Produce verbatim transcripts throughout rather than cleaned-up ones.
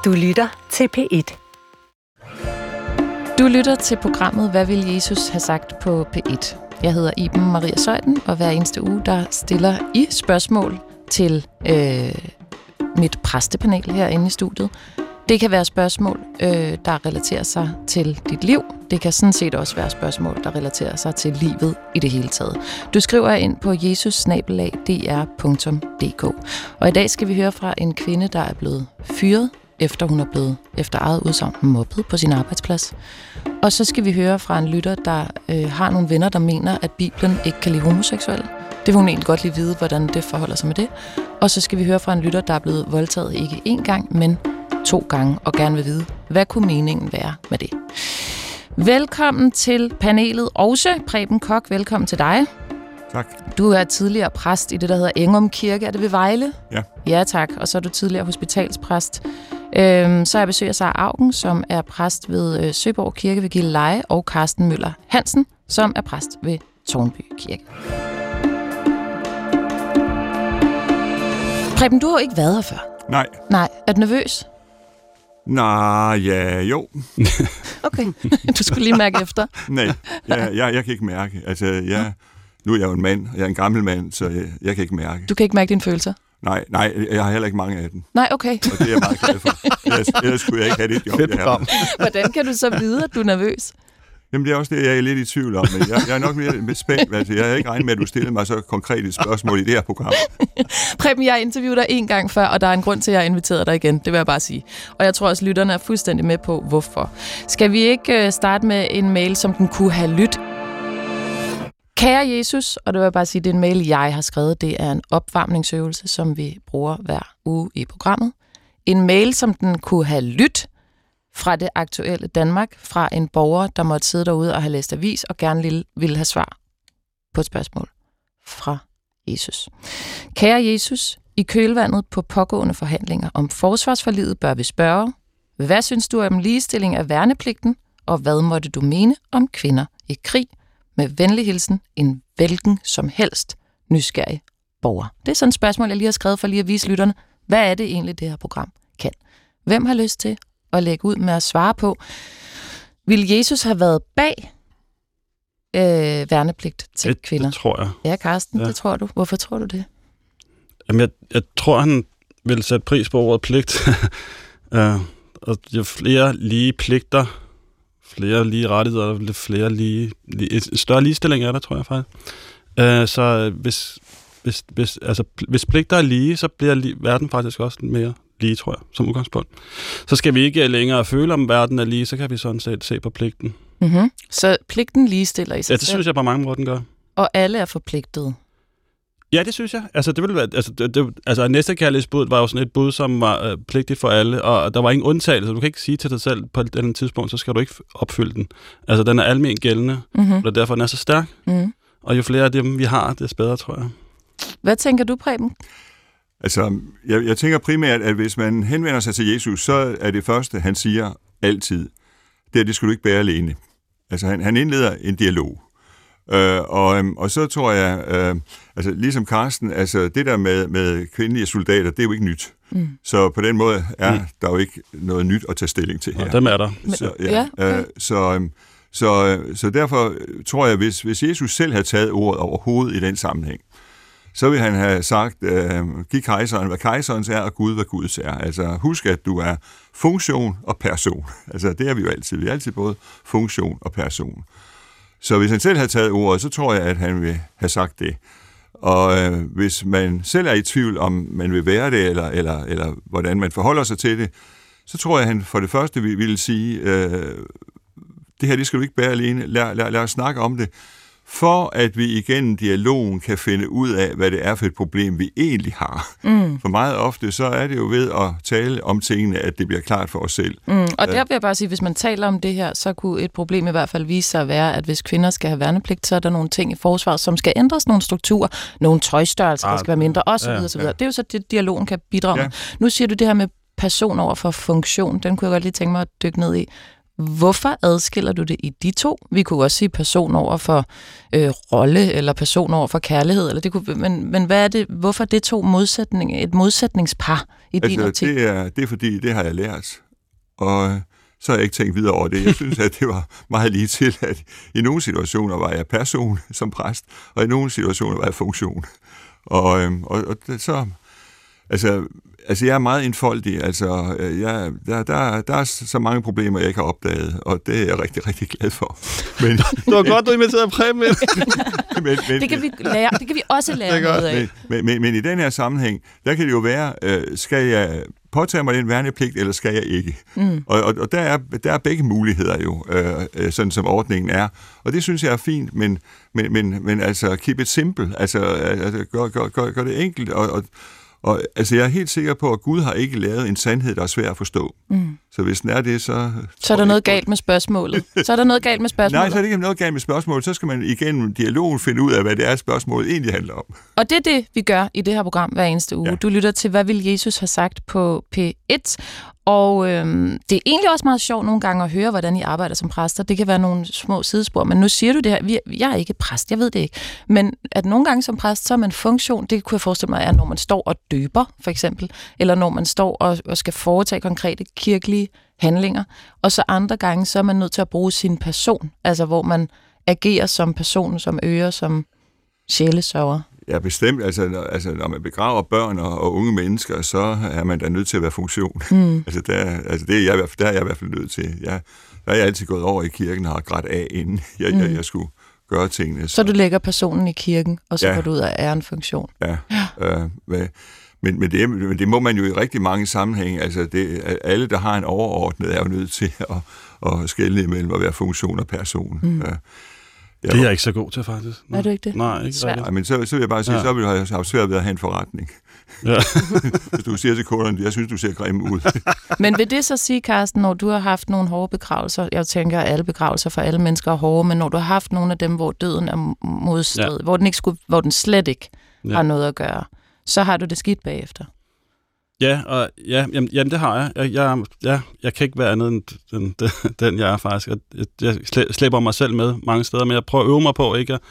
Du lytter til P et. Du lytter til programmet Hvad vil Jesus have sagt på P et? Jeg hedder Iben Maria Zeuthen, og hver eneste uge, der stiller I spørgsmål til øh, mit præstepanel herinde i studiet. Det kan være spørgsmål, øh, der relaterer sig til dit liv. Det kan sådan set også være spørgsmål, der relaterer sig til livet i det hele taget. Du skriver ind på jesus snabel-a d r punktum d k. Og i dag skal vi høre fra en kvinde, der er blevet fyret, efter hun er blevet efter eget udsagn mobbet på sin arbejdsplads. Og så skal vi høre fra en lytter, der øh, har nogle venner, der mener, at Bibelen ikke kan lide homoseksuelle. Det vil hun egentlig godt lige vide, hvordan det forholder sig med det. Og så skal vi høre fra en lytter, der er blevet voldtaget ikke én gang, men to gange, og gerne vil vide, hvad kunne meningen være med det. Velkommen til panelet også. Preben Koch, velkommen til dig. Tak. Du er tidligere præst i det, der hedder Engum Kirke. Er det ved Vejle? Ja. Ja, tak. Og så er du tidligere hospitalspræst. Øhm, så er jeg besøger Sara Augen, som er præst ved øh, Søborg Kirke ved Gilleleje, og Carsten Møller Hansen, som er præst ved Tårnby Kirke. Preben, du har jo ikke været her før. Nej. Nej. Er du nervøs? Nej, ja, jo. Okay, du skulle lige mærke efter. Nej, jeg, jeg, jeg kan ikke mærke. Altså, jeg, nu er jeg jo en mand, jeg er en gammel mand, så jeg, jeg kan ikke mærke. Du kan ikke mærke dine følelser? Nej, nej, jeg har heller ikke mange af dem. Nej, okay. Og det er jeg meget glad for. Ellers, ellers skulle jeg ikke have det job, jeg har. Hvordan kan du så vide, at du er nervøs? Jamen, det er også det, jeg er lidt i tvivl om. Men jeg, jeg er nok mere spændt. Altså, jeg havde ikke regnet med, at du stillede mig så konkret et spørgsmål i det her program. Preben, jeg interviewede dig en gang før, og der er en grund til, at jeg har inviteret dig igen. Det vil jeg bare sige. Og jeg tror også, at lytterne er fuldstændig med på, hvorfor. Skal vi ikke starte med en mail, som den kunne have lyttet? Kære Jesus, og det vil jeg bare sige, det er en mail, jeg har skrevet. Det er en opvarmningsøvelse, som vi bruger hver uge i programmet. En mail, som den kunne have lyttet fra det aktuelle Danmark, fra en borger, der måtte sidde derude og have læst avis, og gerne ville have svar på et spørgsmål fra Jesus. Kære Jesus, i kølvandet på pågående forhandlinger om forsvarsforliget bør vi spørge, hvad synes du om ligestilling af værnepligten, og hvad måtte du mene om kvinder i krig? Med venlig hilsen, en hvilken som helst nysgerrig borger. Det er sådan et spørgsmål, jeg lige har skrevet for lige at vise lytterne, hvad er det egentlig, det her program kan? Hvem har lyst til at lægge ud med at svare på, vil Jesus have været bag øh, værnepligt til det, kvinder? Det tror jeg. Ja, Carsten, ja. Det tror du. Hvorfor tror du det? Jamen, jeg, jeg tror, han vil sætte pris på ordet pligt. uh, og jo flere lige pligter, flere lige rettigheder, flere lige, lige større ligestilling er der, tror jeg faktisk. Uh, så hvis, hvis, hvis, altså, hvis pligter er lige, så bliver li- verden faktisk også mere lige, tror jeg, som udgangspunkt. Så skal vi ikke længere føle, om verden er lige, så kan vi sådan set se på pligten. Mm-hmm. Så pligten ligestiller i sig Ja, det selv. synes jeg på mange måder, den gør. Og alle er forpligtede. Ja, det synes jeg. Altså, det ville være, altså, det, det, altså næstekærlighedsbud var jo sådan et bud, som var øh, pligtigt for alle, og der var ingen undtagelse. Du kan ikke sige til dig selv på et andet tidspunkt, så skal du ikke opfylde den. Altså, den er almen gældende, mm-hmm. og derfor den er så stærk. Mm-hmm. Og jo flere af dem, vi har, det bedre, tror jeg. Hvad tænker du, Preben? Altså, jeg, jeg tænker primært, at hvis man henvender sig til Jesus, så er det første, han siger altid, det er, det skal du ikke bære alene. Altså, han, han indleder en dialog. Øh, og, og så tror jeg, øh, altså ligesom Carsten, altså det der med, med kvindelige soldater, det er jo ikke nyt. Mm. Så på den måde er mm. der jo ikke noget nyt at tage stilling til her. Og dem er der. Så, ja, ja, okay. øh, så, så, så derfor tror jeg, hvis, hvis Jesus selv havde taget ordet overhovedet i den sammenhæng, så vil han have sagt, øh, giv kejseren, hvad kejserens er, og Gud, hvad Guds er. Altså husk, at du er funktion og person. Altså det er vi jo altid. Vi er altid både funktion og person. Så hvis han selv havde taget ordet, så tror jeg, at han vil have sagt det. Og øh, hvis man selv er i tvivl, om man vil være det, eller, eller, eller hvordan man forholder sig til det, så tror jeg, at han for det første ville sige, øh, det her, det skal du ikke bære alene. Lad, lad, lad os snakke om det. For at vi igennem dialogen kan finde ud af, hvad det er for et problem, vi egentlig har. Mm. For meget ofte, så er det jo ved at tale om tingene, at det bliver klart for os selv. Mm. Og der vil jeg bare sige, hvis man taler om det her, så kunne et problem i hvert fald vise sig at være, at hvis kvinder skal have værnepligt, så er der nogle ting i forsvaret, som skal ændres, nogle strukturer, nogle tøjstørrelser, der skal være mindre, osv. Ja, ja. Det er jo så det, dialogen kan bidrage med. Ja. Nu siger du det her med person over for funktion, den kunne jeg godt lige tænke mig at dykke ned i. Hvorfor adskiller du det i de to? Vi kunne også sige person over for øh, rolle, eller person over for kærlighed, eller det kunne, men, men hvad er det, hvorfor det to modsætning, et modsætningspar i altså, din optik? Det er, det er fordi, det har jeg lært, og så har jeg ikke tænkt videre over det. Jeg synes, at det var meget lige til, at i nogle situationer var jeg person som præst, og i nogle situationer var jeg funktion. Og, og, og så... Altså, altså, jeg er meget enfoldig. Altså, jeg, der, der, der er så mange problemer, jeg ikke har opdaget, og det er jeg rigtig, rigtig glad for. Men, det var godt, du inviterede Preben ind. men, men, det, kan vi lære, det kan vi også lære noget af. Men, men, men, men i den her sammenhæng, der kan det jo være, øh, skal jeg påtage mig den værnepligt, eller skal jeg ikke? Mm. Og, og, og der, er, der er begge muligheder jo, øh, sådan som ordningen er. Og det synes jeg er fint, men, men, men, men altså, keep it simple. Altså, altså gør, gør, gør, gør det enkelt, og, og Og altså, jeg er helt sikker på, at Gud har ikke lavet en sandhed, der er svær at forstå. Mm. Så hvis den er det, så... Så er der noget galt med spørgsmålet. Så er der noget galt med spørgsmålet. Nej, så er det ikke noget galt med spørgsmålet. Så skal man igennem dialogen finde ud af, hvad det er, spørgsmålet egentlig handler om. Og det er det, vi gør i det her program hver eneste uge. Ja. Du lytter til, hvad vil Jesus have sagt på P et? Og øhm, det er egentlig også meget sjovt nogle gange at høre, hvordan I arbejder som præster. Det kan være nogle små sidespor, men nu siger du det her. Jeg er ikke præst, jeg ved det ikke. Men at nogle gange som præst, så er man funktion. Det kunne jeg forestille mig, er, når man står og døber, for eksempel. Eller når man står og, og skal foretage konkrete kirkelige handlinger. Og så andre gange, så er man nødt til at bruge sin person. Altså hvor man agerer som person, som øger, som sjælesørger. Ja, bestemt. Altså når, altså, når man begraver børn og, og unge mennesker, så er man da nødt til at være funktion. Mm. altså, der, altså det er jeg, der er jeg i hvert fald nødt til. Jeg, der er jeg altid gået over i kirken og har grædt af, inden jeg, mm. jeg, jeg skulle gøre tingene. Så, så du lægger personen i kirken, og så ja. går du ud af æren funktion. Ja. ja. Øh, hvad, men, men, det, men det må man jo i rigtig mange sammenhænge. Altså det, alle, der har en overordnet, er jo nødt til at, at skelne imellem at være funktion og person. Mm. Øh, Ja, det er jeg ikke så god til, faktisk. Nej. Er du ikke det? Nej, ikke rigtigt. Men så, så vil jeg bare sige, ja. så vil du have haft svært ved at have en forretning. Ja. Hvis du siger til kunderne, jeg synes, du ser grimme ud. Men vil det så sige, Carsten, når du har haft nogle hårde begravelser, jeg tænker, at alle begravelser for alle mennesker er hårde, men når du har haft nogle af dem, hvor døden er modstrid, ja. hvor, den ikke skulle, hvor den slet ikke ja. har noget at gøre, så har du det skidt bagefter. Ja, og ja, jamen, jamen det har jeg. Jeg, jeg, jeg. jeg kan ikke være andet end den, den, den jeg er faktisk. Jeg, jeg slæber mig selv med mange steder, men jeg prøver at øve mig på, ikke?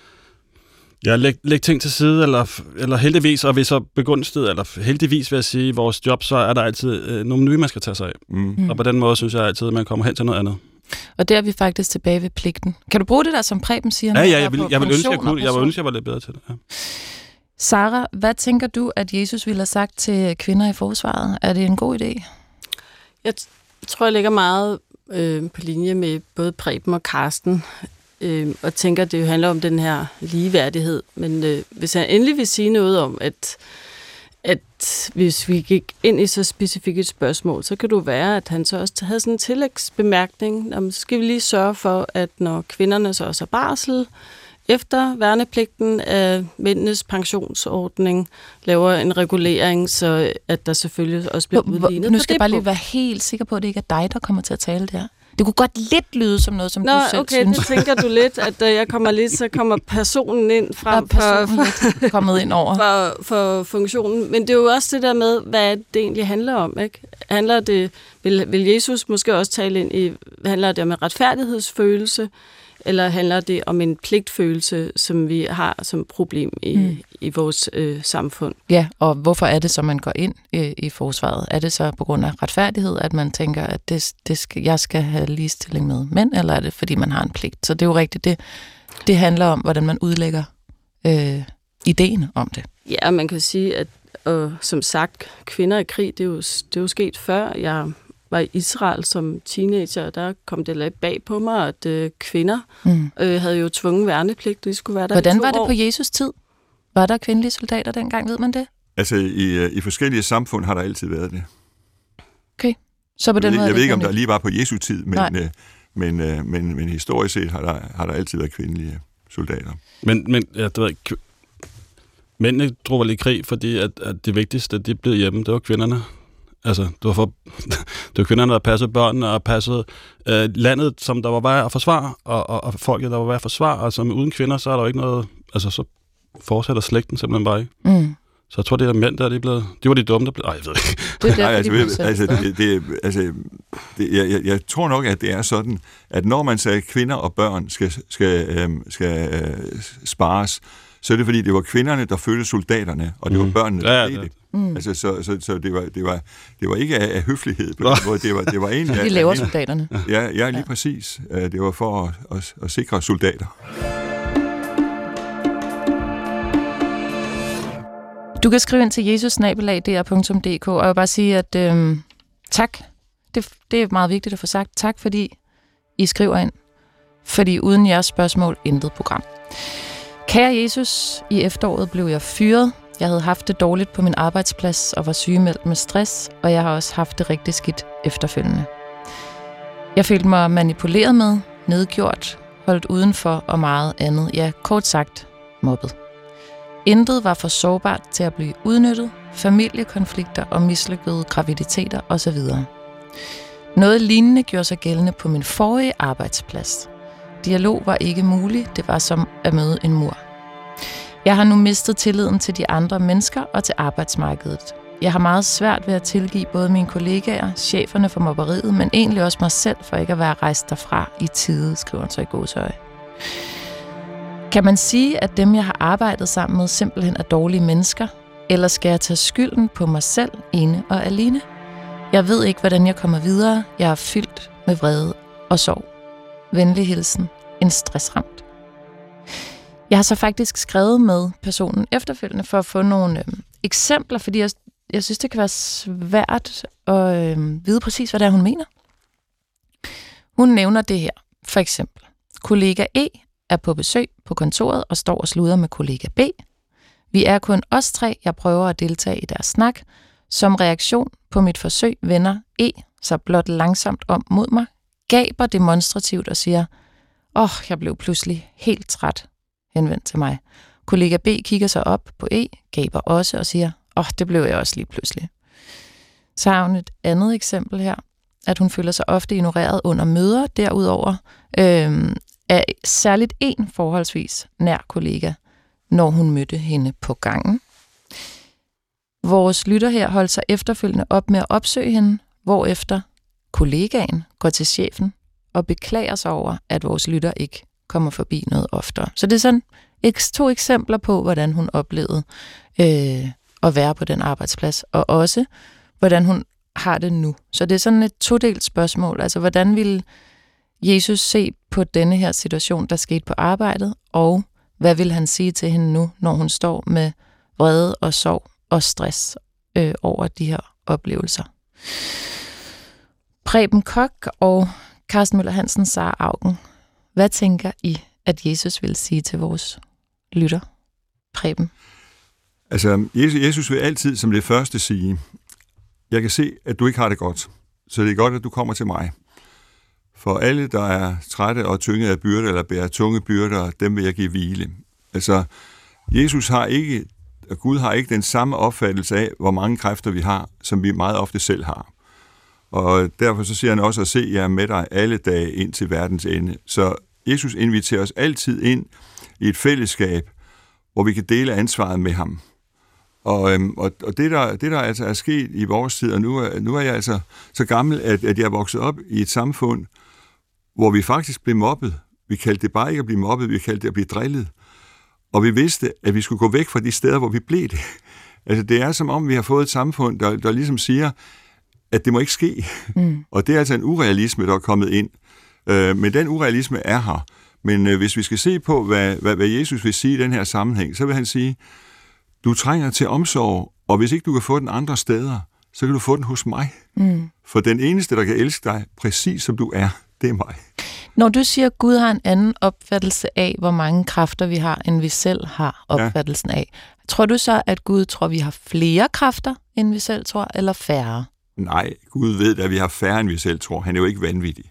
Jeg lægger læg ting til side, eller, eller heldigvis, og hvis så begunstiget, eller heldigvis vil jeg sige, i vores job, så er der altid øh, nogle nye, man skal tage sig af. Mm. Og på den måde synes jeg altid, at man kommer hen til noget andet. Og der er vi faktisk tilbage ved pligten. Kan du bruge det der, som Preben siger? Ja, ja, jeg vil, jeg vil ønske, jeg kunne. Jeg vil ønske, jeg var lidt bedre til det, ja. Sara, hvad tænker du, at Jesus ville have sagt til kvinder i forsvaret? Er det en god idé? Jeg t- tror, jeg ligger meget øh, på linje med både Preben og Carsten, øh, og tænker, at det jo handler om den her ligeværdighed. Men øh, hvis jeg endelig vil sige noget om, at, at hvis vi gik ind i så specifikt et spørgsmål, så kan det være, at han så også havde sådan en tillægsbemærkning. Jamen, så skal vi lige sørge for, at når kvinderne så også er barsel, efter værnepligten af mændenes pensionsordning laver en regulering, så at der selvfølgelig også bliver udlignet. Nu skal jeg bare lige være helt sikker på, at det ikke er dig, der kommer til at tale der. Det kunne godt lidt lyde som noget, som Nå, du selv okay, synes. det tænker du lidt, at da jeg kommer lidt, så kommer personen ind frem personen for, kommet ind over. For, for funktionen. Men det er jo også det der med, hvad det egentlig handler om, ikke? Handler det, vil, vil Jesus måske også tale ind i, handler det om en retfærdighedsfølelse, eller handler det om en pligtfølelse, som vi har som problem i, mm. i vores øh, samfund? Ja, og hvorfor er det så, man går ind i, i forsvaret? Er det så på grund af retfærdighed, at man tænker, at det, det skal, jeg skal have ligestilling med mænd, eller er det, fordi man har en pligt? Så det er jo rigtigt, det, det handler om, hvordan man udlægger øh, ideen om det. Ja, man kan sige, at og, som sagt, kvinder i krig, det er jo, det er jo sket før. Jeg var i Israel som teenager, og der kom det lidt bag på mig, at øh, kvinder mm. øh, havde jo tvungen værnepligt, de skulle være der. Hvordan var det år. På Jesus tid? Var der kvindelige soldater dengang, ved man det? Altså, i, i forskellige samfund har der altid været det. Okay. Så på den jeg måde jeg ved ikke, om det. der lige var på Jesu tid, men, øh, men, øh, men, men historisk set har der, har der altid været kvindelige soldater. Men, men ja, det ved jeg, mændene drog vel i krig, fordi at, at det vigtigste, de blev hjemme, det var kvinderne. Altså, det var, for, det var kvinderne, der passede børnene og passede øh, landet, som der var værd at forsvare, og, og, og folket, der var værd at forsvare. Altså, uden kvinder, så er der jo ikke noget... Altså, så fortsætter slægten simpelthen bare ikke. Mm. Så jeg tror, det der mænd der, de, blev, de var de dumme, der blev... Ej, jeg ved ikke. Det er derfor, Nej, altså, de altså, det, det, altså, det, jeg, jeg, jeg tror nok, at det er sådan, at når man sagde, at kvinder og børn skal, skal, øhm, skal øh, spares, så er det fordi, det var kvinderne, der fødte soldaterne, og det mm. var børnene, der ja, blev ja, det. Mm. Altså, så, så, så det, var, det, var, det var ikke af, af høflighed på den måde, det var, det var egentlig... De laver soldaterne. Ja, ja, lige ja. præcis. Det var for at, at, at sikre soldater. Du kan skrive ind til jesus snabel-a d r punktum d k, og jeg vil bare sige, at øhm, tak. Det, det er meget vigtigt at få sagt. Tak, fordi I skriver ind. Fordi uden jeres spørgsmål, intet program. Kære Jesus, i efteråret blev jeg fyret. Jeg havde haft det dårligt på min arbejdsplads og var sygemeldt med stress, og jeg har også haft det rigtig skidt efterfølgende. Jeg følte mig manipuleret med, nedgjort, holdt udenfor og meget andet. Ja, kort sagt, mobbet. Intet var for sårbart til at blive udnyttet, familiekonflikter og mislykkede graviditeter osv. Noget lignende gjorde sig gældende på min forrige arbejdsplads. Dialog var ikke mulig, det var som at møde en mur. Jeg har nu mistet tilliden til de andre mennesker og til arbejdsmarkedet. Jeg har meget svært ved at tilgive både mine kollegaer, cheferne for mobberiet, men egentlig også mig selv for ikke at være rejst derfra i tide, skriver han så i gåseøje. Kan man sige, at dem, jeg har arbejdet sammen med, simpelthen er dårlige mennesker? Eller skal jeg tage skylden på mig selv, ene og alene? Jeg ved ikke, hvordan jeg kommer videre. Jeg er fyldt med vrede og sorg. Venlig hilsen. En stressramt. Jeg har så faktisk skrevet med personen efterfølgende for at få nogle øh, eksempler, fordi jeg, jeg synes, det kan være svært at øh, vide præcis, hvad det er, hun mener. Hun nævner det her. For eksempel, kollega E er på besøg på kontoret og står og sluder med kollega B. Vi er kun os tre, jeg prøver at deltage i deres snak. Som reaktion på mit forsøg vender E så blot langsomt om mod mig, gaber demonstrativt og siger, åh, oh, jeg blev pludselig helt træt, henvendt til mig. Kollega B kigger sig op på E, gaber også og siger, åh, oh, det blev jeg også lige pludselig. Så har hun et andet eksempel her, at hun føler sig ofte ignoreret under møder, derudover øh, af særligt en forholdsvis nær kollega, når hun mødte hende på gangen. Vores lytter her holdt sig efterfølgende op med at opsøge hende, hvorefter kollegaen går til chefen og beklager sig over, at vores lytter ikke kommer forbi noget oftere. Så det er sådan to eksempler på, hvordan hun oplevede øh, at være på den arbejdsplads, og også hvordan hun har det nu. Så det er sådan et todelt spørgsmål. Altså, hvordan ville Jesus se på denne her situation, der skete på arbejdet, og hvad vil han sige til hende nu, når hun står med vrede og sorg og stress øh, over de her oplevelser? Preben Koch og Carsten Møller Hansen, Sara Augen. Hvad tænker I, at Jesus vil sige til vores lytter? Preben? Altså, Jesus vil altid som det første sige, jeg kan se, at du ikke har det godt, så det er godt, at du kommer til mig. For alle, der er trætte og tynget af byrder, eller bærer tunge byrder, dem vil jeg give hvile. Altså, Jesus har ikke, og Gud har ikke den samme opfattelse af, hvor mange kræfter vi har, som vi meget ofte selv har. Og derfor så siger han også at se, jeg er med dig alle dage ind til verdens ende. Så Jesus inviterer os altid ind i et fællesskab, hvor vi kan dele ansvaret med ham. Og, øhm, og, og det, der, det, der altså er sket i vores tid, og nu er, nu er jeg altså så gammel, at, at jeg er vokset op i et samfund, hvor vi faktisk blev mobbet. Vi kaldte det bare ikke at blive mobbet, vi kaldte det at blive drillet. Og vi vidste, at vi skulle gå væk fra de steder, hvor vi blev det. Altså, det er som om, vi har fået et samfund, der, der ligesom siger, at det må ikke ske. Mm. Og det er altså en urealisme, der er kommet ind. Øh, men den urealisme er her. Men øh, hvis vi skal se på, hvad, hvad, hvad Jesus vil sige i den her sammenhæng, så vil han sige, du trænger til omsorg, og hvis ikke du kan få den andre steder, så kan du få den hos mig. Mm. For den eneste, der kan elske dig, præcis som du er, det er mig. Når du siger, at Gud har en anden opfattelse af, hvor mange kræfter vi har, end vi selv har opfattelsen ja. af, tror du så, at Gud tror, vi har flere kræfter, end vi selv tror, eller færre? Nej, Gud ved, at vi har færre, end vi selv tror. Han er jo ikke vanvittig.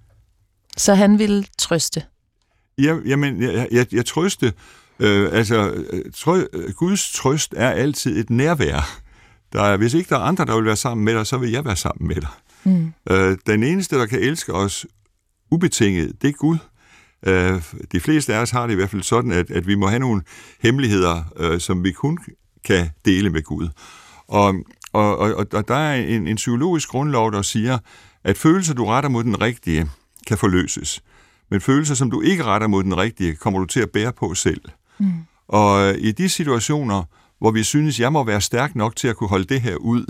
Så han vil trøste? Ja, jamen, jeg, jeg, jeg trøste. Øh, altså, trø, Guds trøst er altid et nærvær. Der er, hvis ikke der er andre, der vil være sammen med dig, så vil jeg være sammen med dig. Mm. Øh, den eneste, der kan elske os ubetinget, det er Gud. Øh, de fleste af os har det i hvert fald sådan, at, at vi må have nogle hemmeligheder, øh, som vi kun kan dele med Gud. Og, og, og, og der er en, en psykologisk grundlov, der siger, at følelser, du retter mod den rigtige, kan forløses. Men følelser, som du ikke retter mod den rigtige, kommer du til at bære på selv. Mm. Og i de situationer, hvor vi synes, jeg må være stærk nok til at kunne holde det her ud,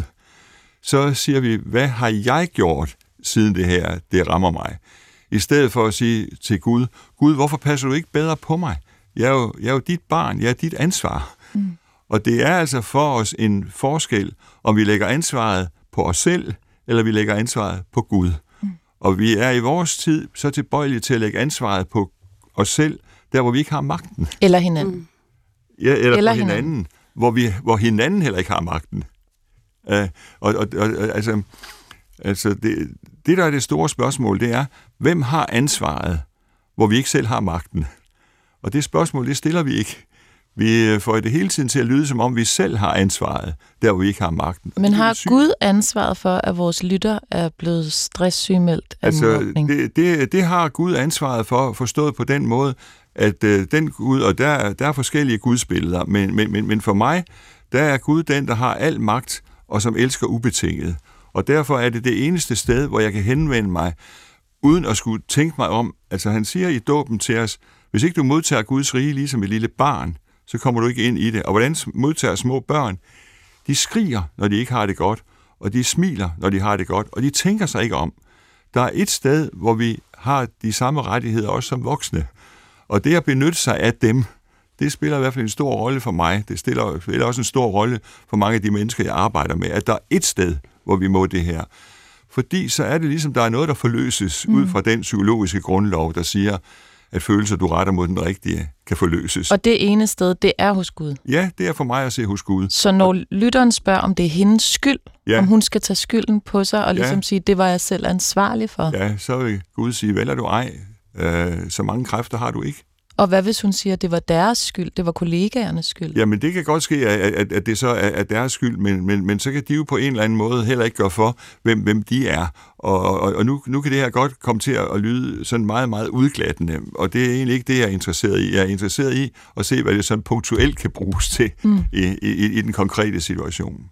så siger vi, hvad har jeg gjort, siden det her, det rammer mig? I stedet for at sige til Gud, Gud, hvorfor passer du ikke bedre på mig? Jeg er jo, jeg er jo dit barn, jeg er dit ansvar. Mm. Og det er altså for os en forskel, om vi lægger ansvaret på os selv, eller vi lægger ansvaret på Gud. Mm. Og vi er i vores tid så tilbøjelige til at lægge ansvaret på os selv, der hvor vi ikke har magten. Eller hinanden. Mm. Ja, eller, eller på hinanden, hinanden hvor, vi, hvor hinanden heller ikke har magten. Uh, og, og, og altså, altså det, det, der er det store spørgsmål, det er, hvem har ansvaret, hvor vi ikke selv har magten? Og det spørgsmål, det stiller vi ikke. Vi får det hele tiden til at lyde, som om vi selv har ansvaret, der hvor vi ikke har magten. Men har Gud ansvaret for, at vores lytter er blevet stresssygemeldt af altså, mobning? Det, det, det har Gud ansvaret for, forstået på den måde, at øh, den Gud, og der, der er forskellige gudsbilleder, men, men, men, men for mig, der er Gud den, der har al magt, og som elsker ubetinget. Og derfor er det det eneste sted, hvor jeg kan henvende mig, uden at skulle tænke mig om. Altså han siger i dåben til os, hvis ikke du modtager Guds rige ligesom et lille barn, så kommer du ikke ind i det. Og hvordan modtager små børn? De skriger, når de ikke har det godt, og de smiler, når de har det godt, og de tænker sig ikke om. Der er et sted, hvor vi har de samme rettigheder også som voksne. Og det at benytte sig af dem, det spiller i hvert fald en stor rolle for mig. Det spiller, spiller også en stor rolle for mange af de mennesker, jeg arbejder med, at der er et sted, hvor vi må det her. Fordi så er det ligesom, der er noget, der forløses mm. ud fra den psykologiske grundlov, der siger, at følelser, du retter mod den rigtige, kan forløses. Og det ene sted, det er hos Gud? Ja, det er for mig at se hos Gud. Så når lytteren spørger, om det er hendes skyld, ja. om hun skal tage skylden på sig, og ligesom ja. sige, det var jeg selv ansvarlig for? Ja, så vil Gud sige, vel er du ej, øh, så mange kræfter har du ikke. Og hvad hvis hun siger, at det var deres skyld, det var kollegaernes skyld? Jamen det kan godt ske, at, at, at det så er, er deres skyld, men, men, men så kan de jo på en eller anden måde heller ikke gøre for, hvem, hvem de er. Og, og, og nu, nu kan det her godt komme til at, at lyde sådan meget, meget udglattende, og det er egentlig ikke det, jeg er interesseret i. Jeg er interesseret i at se, hvad det sådan punktuelt kan bruges til mm. i, i, i den konkrete situation.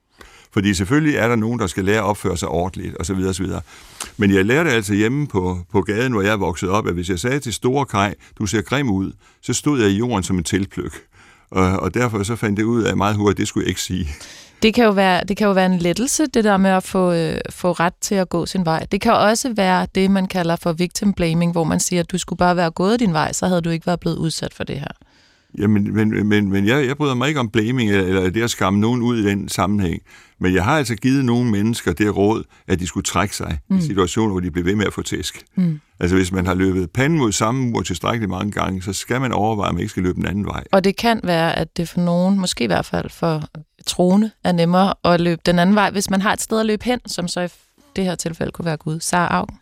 Fordi selvfølgelig er der nogen, der skal lære at opføre sig ordentligt, osv. osv. Men jeg lærte altså hjemme på, på gaden, hvor jeg er vokset op, at hvis jeg sagde til Store Kaj, du ser grim ud, så stod jeg i jorden som en teltpløk. Og, og derfor så fandt det ud af meget hurtigt, det skulle jeg ikke sige. Det kan jo være, det kan jo være en lettelse, det der med at få, øh, få ret til at gå sin vej. Det kan også være det, man kalder for victim blaming, hvor man siger, at du skulle bare være gået din vej, så havde du ikke været blevet udsat for det her. Jamen, men, men, men jeg, jeg bryder mig ikke om blaming, eller, eller det at skamme nogen ud i den sammenhæng. Men jeg har altså givet nogle mennesker det råd, at de skulle trække sig mm. i situationer, hvor de bliver ved med at få tæsk. Mm. Altså hvis man har løbet panden mod samme mur tilstrækkeligt mange gange, så skal man overveje, at man ikke skal løbe den anden vej. Og det kan være, at det for nogen, måske i hvert fald for troende, er nemmere at løbe den anden vej, hvis man har et sted at løbe hen, som så i det her tilfælde kunne være Gud. Sara Auken.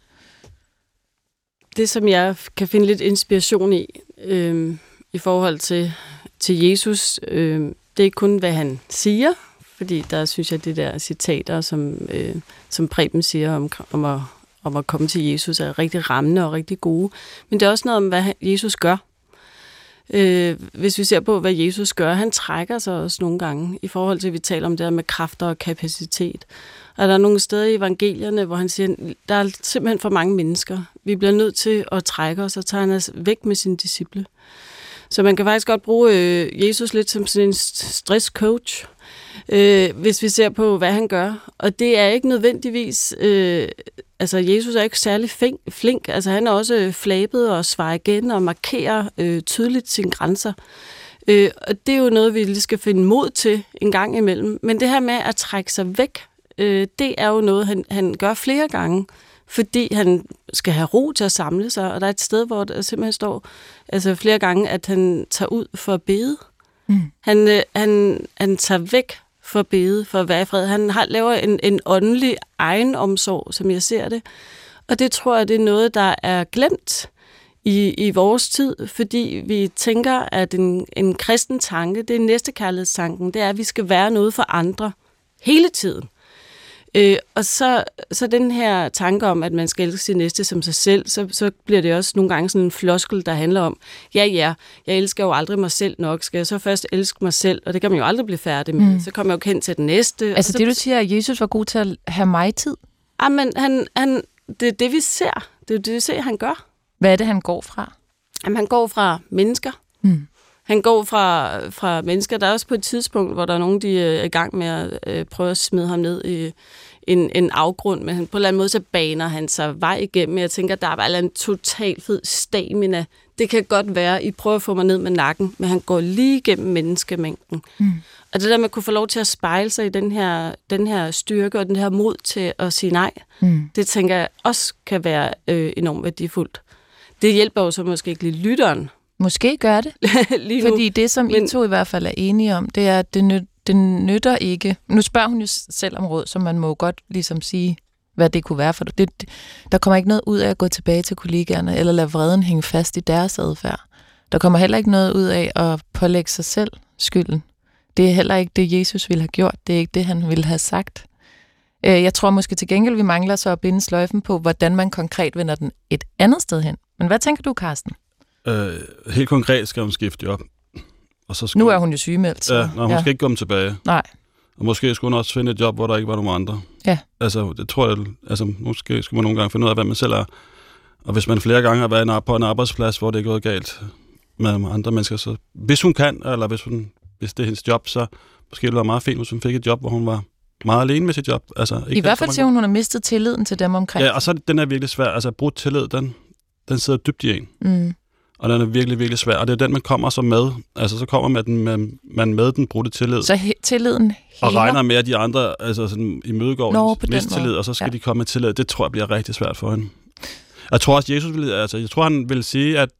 Det, som jeg kan finde lidt inspiration i, øh, i forhold til, til Jesus, øh, det er ikke kun, hvad han siger, fordi der synes jeg, det der citater, som, øh, som Preben siger om, om, at, om at komme til Jesus, er rigtig rammende og rigtig gode. Men det er også noget om, hvad Jesus gør. Øh, hvis vi ser på, hvad Jesus gør, han trækker sig også nogle gange, i forhold til, at vi taler om det her med kræfter og kapacitet. Og der er nogle steder i evangelierne, hvor han siger, der er simpelthen for mange mennesker. Vi bliver nødt til at trække os, og tager han os væk med sine disciple. Så man kan faktisk godt bruge øh, Jesus lidt som sådan en stresscoach, øh, hvis vi ser på, hvad han gør. Og det er ikke nødvendigvis... Øh, altså, Jesus er ikke særlig flink. Altså, han er også flabet og svarer igen og markerer øh, tydeligt sine grænser. Øh, og det er jo noget, vi lige skal finde mod til en gang imellem. Men det her med at trække sig væk, øh, det er jo noget, han, han gør flere gange, fordi han skal have ro til at samle sig, og der er et sted, hvor der simpelthen står altså flere gange, at han tager ud for at bede. Mm. Han, øh, han, han tager væk for at bede, for at være i fred. Han har, laver en, en åndelig egenomsorg, som jeg ser det. Og det tror jeg, det er noget, der er glemt i, i vores tid, fordi vi tænker, at en, en kristen tanke, det er næstekærlighedstanken, det er, at vi skal være noget for andre hele tiden. Øh, og så, så den her tanke om, at man skal elske sin næste som sig selv, så, så bliver det også nogle gange sådan en floskel, der handler om, ja, ja, jeg elsker jo aldrig mig selv nok, skal jeg så først elske mig selv, og det kan man jo aldrig blive færdig med. Mm. Så kommer jeg jo kendt til den næste. Altså så, det, du siger, at Jesus var god til at have mig tid? Ah, men han, han, det er det, vi ser. Det er det, vi ser, han gør. Hvad er det, han går fra? Jamen, han går fra mennesker. Mm. Han går fra, fra mennesker. Der er også på et tidspunkt, hvor der er nogen, de er i gang med at øh, prøve at smide ham ned i en, en afgrund, men han, på en eller anden måde, så baner han sig vej igennem. Jeg tænker, der er bare en total fed stamina. Det kan godt være, I prøver at få mig ned med nakken, men han går lige igennem menneskemængden. Mm. Og det der med at kunne få lov til at spejle sig i den her, den her styrke og den her mod til at sige nej, mm. det tænker jeg også kan være øh, enormt værdifuldt. Det hjælper jo så måske ikke lige lytteren. Måske gør det. Lige nu. Fordi det, som men... I to i hvert fald er enige om, det er, at det, nyt, det nytter ikke. Nu spørger hun jo selv om råd, så man må godt ligesom sige, hvad det kunne være for dig. Det, det, der kommer ikke noget ud af at gå tilbage til kollegaerne, eller lade vreden hænge fast i deres adfærd. Der kommer heller ikke noget ud af at pålægge sig selv skylden. Det er heller ikke det, Jesus ville have gjort. Det er ikke det, han ville have sagt. Jeg tror måske til gengæld, vi mangler så at binde sløjfen på, hvordan man konkret vender den et andet sted hen. Men hvad tænker du, Carsten? Øh, helt konkret skal hun skifte job. Og så skal nu er hun jo sygemeldt. Så. Ja, nej, hun ja. skal ikke komme tilbage. Nej. Og måske skulle hun også finde et job, hvor der ikke var nogen andre. Ja. Altså, det tror jeg, altså, nu skal, skal man nogle gange finde ud af, hvad man selv er. Og hvis man flere gange har været på en arbejdsplads, hvor det er gået galt med andre mennesker, så hvis hun kan, eller hvis, hun, hvis det er hendes job, så måske det var meget fint, hvis hun fik et job, hvor hun var meget alene med sit job. Altså, ikke I hvert fald siger hun, hun har mistet tilliden til dem omkring. Ja, og så er den er virkelig svær. Altså, brudt tillid, den, den sidder dybt i en. Mm. Og den er virkelig, virkelig svær. Og det er den, man kommer så med. Altså, så kommer man med, med, man med den brudte tillid. Så he- tilliden heler. Og regner med, at de andre altså, sådan, imødegår Nå, den mistillid, og så skal ja. de komme med tillid. Det tror jeg bliver rigtig svært for hende. Jeg tror også, Jesus vil, altså, jeg tror, han vil sige, at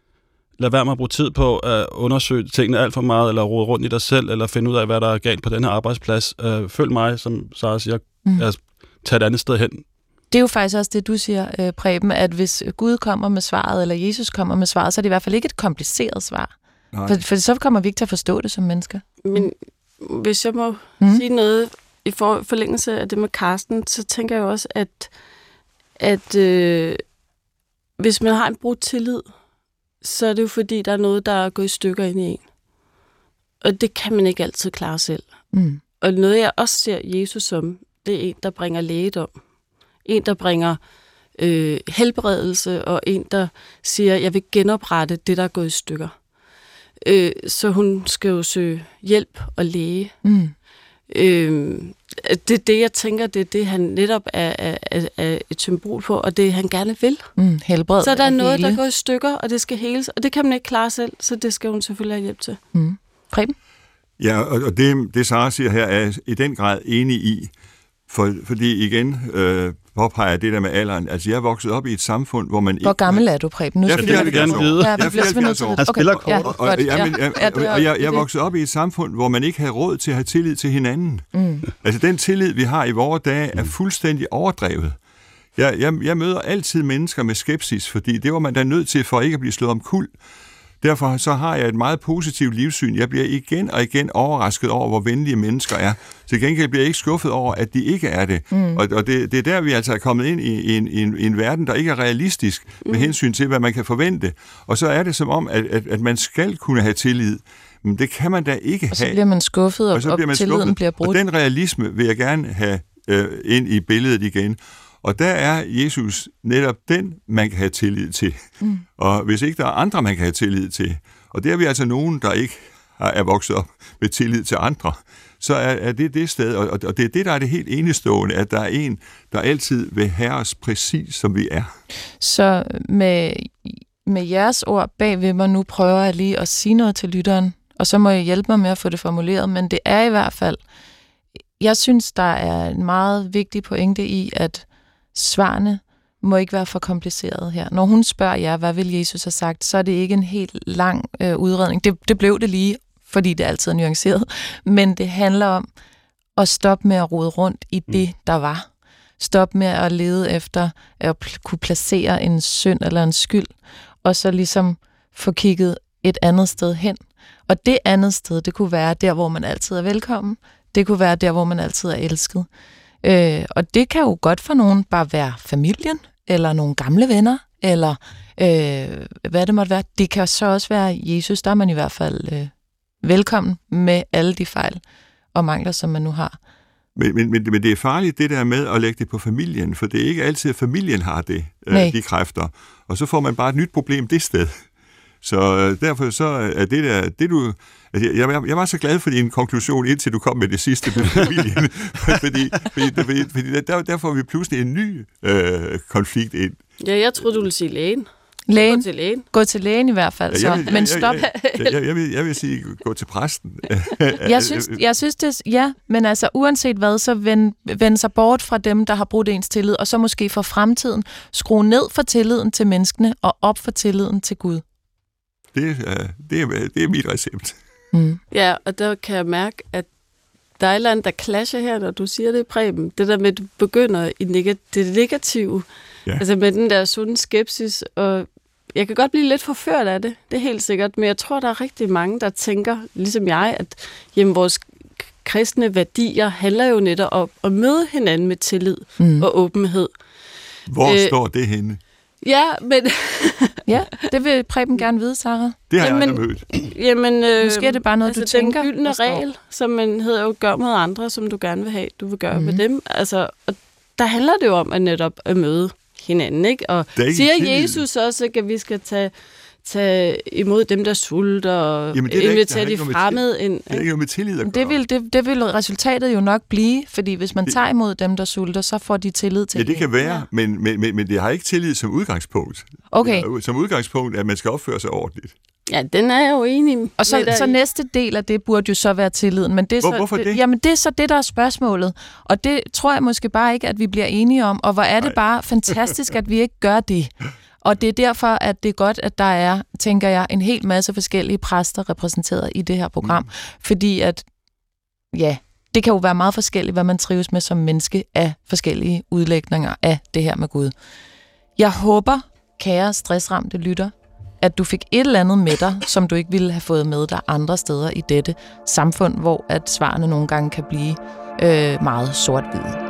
lad være med at bruge tid på at undersøge tingene alt for meget, eller rode rundt i dig selv, eller finde ud af, hvad der er galt på den her arbejdsplads. Øh, følg mig, som Sara siger, mm. altså, tag et andet sted hen. Det er jo faktisk også det, du siger, Preben, at hvis Gud kommer med svaret, eller Jesus kommer med svaret, så er det i hvert fald ikke et kompliceret svar. For, for så kommer vi ikke til at forstå det som mennesker. Men hvis jeg må mm. sige noget i for, forlængelse af det med Carsten, så tænker jeg også, at, at øh, hvis man har en brudt tillid, så er det jo fordi, der er noget, der er gået i stykker ind i en. Og det kan man ikke altid klare selv. Mm. Og noget, jeg også ser Jesus som, det er en, der bringer lægedom. En, der bringer øh, helbredelse, og en, der siger, jeg vil genoprette det, der er gået i stykker. Øh, så hun skal jo søge hjælp og læge. Mm. Øh, det er det, jeg tænker, det er det, han netop er, er, er et symbol på, og det, han gerne vil. Mm, helbred. Så der er noget, hele. der går i stykker, og det skal heles, og det kan man ikke klare selv, så det skal hun selvfølgelig have hjælp til. Mm. Preben? Ja, og det, det Sara siger her, er i den grad enig i, for, fordi igen øh, påpeger det der med alderen. Altså, jeg er vokset op i et samfund, hvor man ikke... Hvor gammel er du, Preben? Nu jeg er fireoghalvfjerds år. vide. Ja, jeg er fireoghalvfjerds år. Han spiller kort. Ja, og, og, jeg, jeg, jeg, og jeg, jeg er vokset op i et samfund, hvor man ikke har råd til at have tillid til hinanden. Mm. Altså, den tillid, vi har i vore dage, er fuldstændig overdrevet. Jeg, jeg, jeg møder altid mennesker med skepsis, fordi det var man da nødt til for ikke at blive slået om kuld. Derfor så har jeg et meget positivt livssyn. Jeg bliver igen og igen overrasket over, hvor venlige mennesker er. Til gengæld bliver jeg ikke skuffet over, at de ikke er det. Mm. Og, og det, det er der, vi altså er kommet ind i, i, en, i, en, i en verden, der ikke er realistisk med mm. hensyn til, hvad man kan forvente. Og så er det som om, at, at, at man skal kunne have tillid. Men det kan man da ikke have. Og så bliver man skuffet, og, og så bliver man tilliden skuffet. Bliver brudt. Og den realisme vil jeg gerne have øh, ind i billedet igen. Og der er Jesus netop den, man kan have tillid til. Mm. Og hvis ikke der er andre, man kan have tillid til, og det er vi altså nogen, der ikke er vokset op med tillid til andre, så er, er det det sted, og, og det er det, der er det helt enestående, at der er en, der altid vil have os præcis, som vi er. Så med, med jeres ord bagved mig nu prøver jeg lige at sige noget til lytteren, og så må jeg hjælpe mig med at få det formuleret, men det er i hvert fald, jeg synes, der er en meget vigtig pointe i, at svarene må ikke være for kompliceret her. Når hun spørger jer, hvad vil Jesus have sagt, så er det ikke en helt lang øh, udredning. Det, det blev det lige, fordi det altid er nuanceret. Men det handler om at stoppe med at rode rundt i det, der var. Stop med at lede efter at kunne placere en synd eller en skyld, og så ligesom få kigget et andet sted hen. Og det andet sted, det kunne være der, hvor man altid er velkommen. Det kunne være der, hvor man altid er elsket. Øh, og det kan jo godt for nogen bare være familien, eller nogle gamle venner, eller øh, hvad det måtte være. Det kan så også være Jesus, der er man i hvert fald øh, velkommen med alle de fejl og mangler, som man nu har. Men, men, men, men det er farligt, det der med at lægge det på familien, for det er ikke altid, at familien har det, øh, de kræfter. Og så får man bare et nyt problem det sted. Så øh, derfor så er det der, det du... Altså, jeg, jeg var så glad for din konklusion, indtil du kom med det sidste med familien. fordi, fordi, fordi, fordi der, der får vi pludselig en ny øh, konflikt ind. Ja, jeg troede, du ville sige lægen. Lægen. Gå til lægen. Gå til lægen i hvert fald, så. Ja, jeg vil, men stop. Jeg, jeg, jeg, jeg, vil, jeg vil sige, gå til præsten. jeg, synes, jeg synes det, ja, men altså uanset hvad, så vend, vend sig bort fra dem, der har brudt ens tillid, og så måske for fremtiden skrue ned for tilliden til menneskene, og op for tilliden til Gud. Det, det, er, det er mit recept. Mm. Ja, og der kan jeg mærke, at der er et eller andet, der clasher her, når du siger det, Preben. Det der med, at du begynder i neg- det negative. Ja. Altså med den der sunde skepsis. Og jeg kan godt blive lidt forført af det. Det er helt sikkert. Men jeg tror, der er rigtig mange, der tænker, ligesom jeg, at jamen, vores kristne værdier handler jo netop om at møde hinanden med tillid mm. og åbenhed. Hvor øh, står det henne? Ja, men... ja, det vil Preben gerne vide, Sarah. Det har jamen, jeg aldrig mødt. Jamen, øh, måske er det bare noget, altså, du tænker. Den gyldne regel, som man hedder jo, gør med andre, som du gerne vil have, du vil gøre mm. med dem. Altså, og der handler det jo om at netop at møde hinanden, ikke? Og ikke siger tillid. Jesus også, at vi skal tage, tage imod dem, der sulter, og invitere de fremmede ind. Det er ikke noget med tillid at gøre. Det vil, det, det vil resultatet jo nok blive, fordi hvis man det, tager imod dem, der sulter, så får de tillid til det. Ja, det kan være, ja. men, men, men, men det har ikke tillid som udgangspunkt. Okay. Som udgangspunkt, at man skal opføre sig ordentligt. Ja, den er jeg jo enig med. Og så, så næste del af det burde jo så være tilliden. Men det er Hvor, så, hvorfor det? Jamen, det er så det, der er spørgsmålet. Og det tror jeg måske bare ikke, at vi bliver enige om. Og hvor er det Nej. bare fantastisk, at vi ikke gør det. Og det er derfor, at det er godt, at der er, tænker jeg, en hel masse forskellige præster repræsenteret i det her program. Mm. Fordi at, ja, det kan jo være meget forskelligt, hvad man trives med som menneske af forskellige udlægninger af det her med Gud. Jeg håber, kære stressramte lytter, at du fik et eller andet med dig, som du ikke ville have fået med dig andre steder i dette samfund, hvor at svarene nogle gange kan blive øh, meget sort-hvide.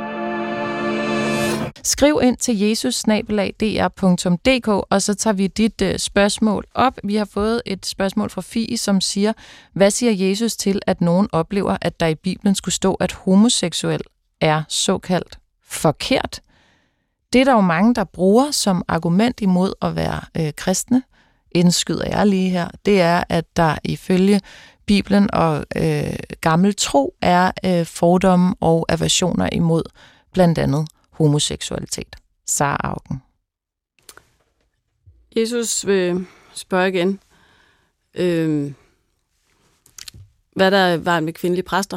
Skriv ind til jesus bindestreg d r punktum d k, og så tager vi dit øh, spørgsmål op. Vi har fået et spørgsmål fra Fie, som siger, hvad siger Jesus til, at nogen oplever, at der i Bibelen skulle stå, at homoseksuel er såkaldt forkert? Det er der jo mange, der bruger som argument imod at være øh, kristne. Indskyder jeg lige her, det er, at der ifølge Bibelen og øh, gammel tro er øh, fordomme og aversioner imod blandt andet homoseksualitet. Sarah Auken. Jesus vil spørge igen, øh, hvad der er vejen med kvindelige præster.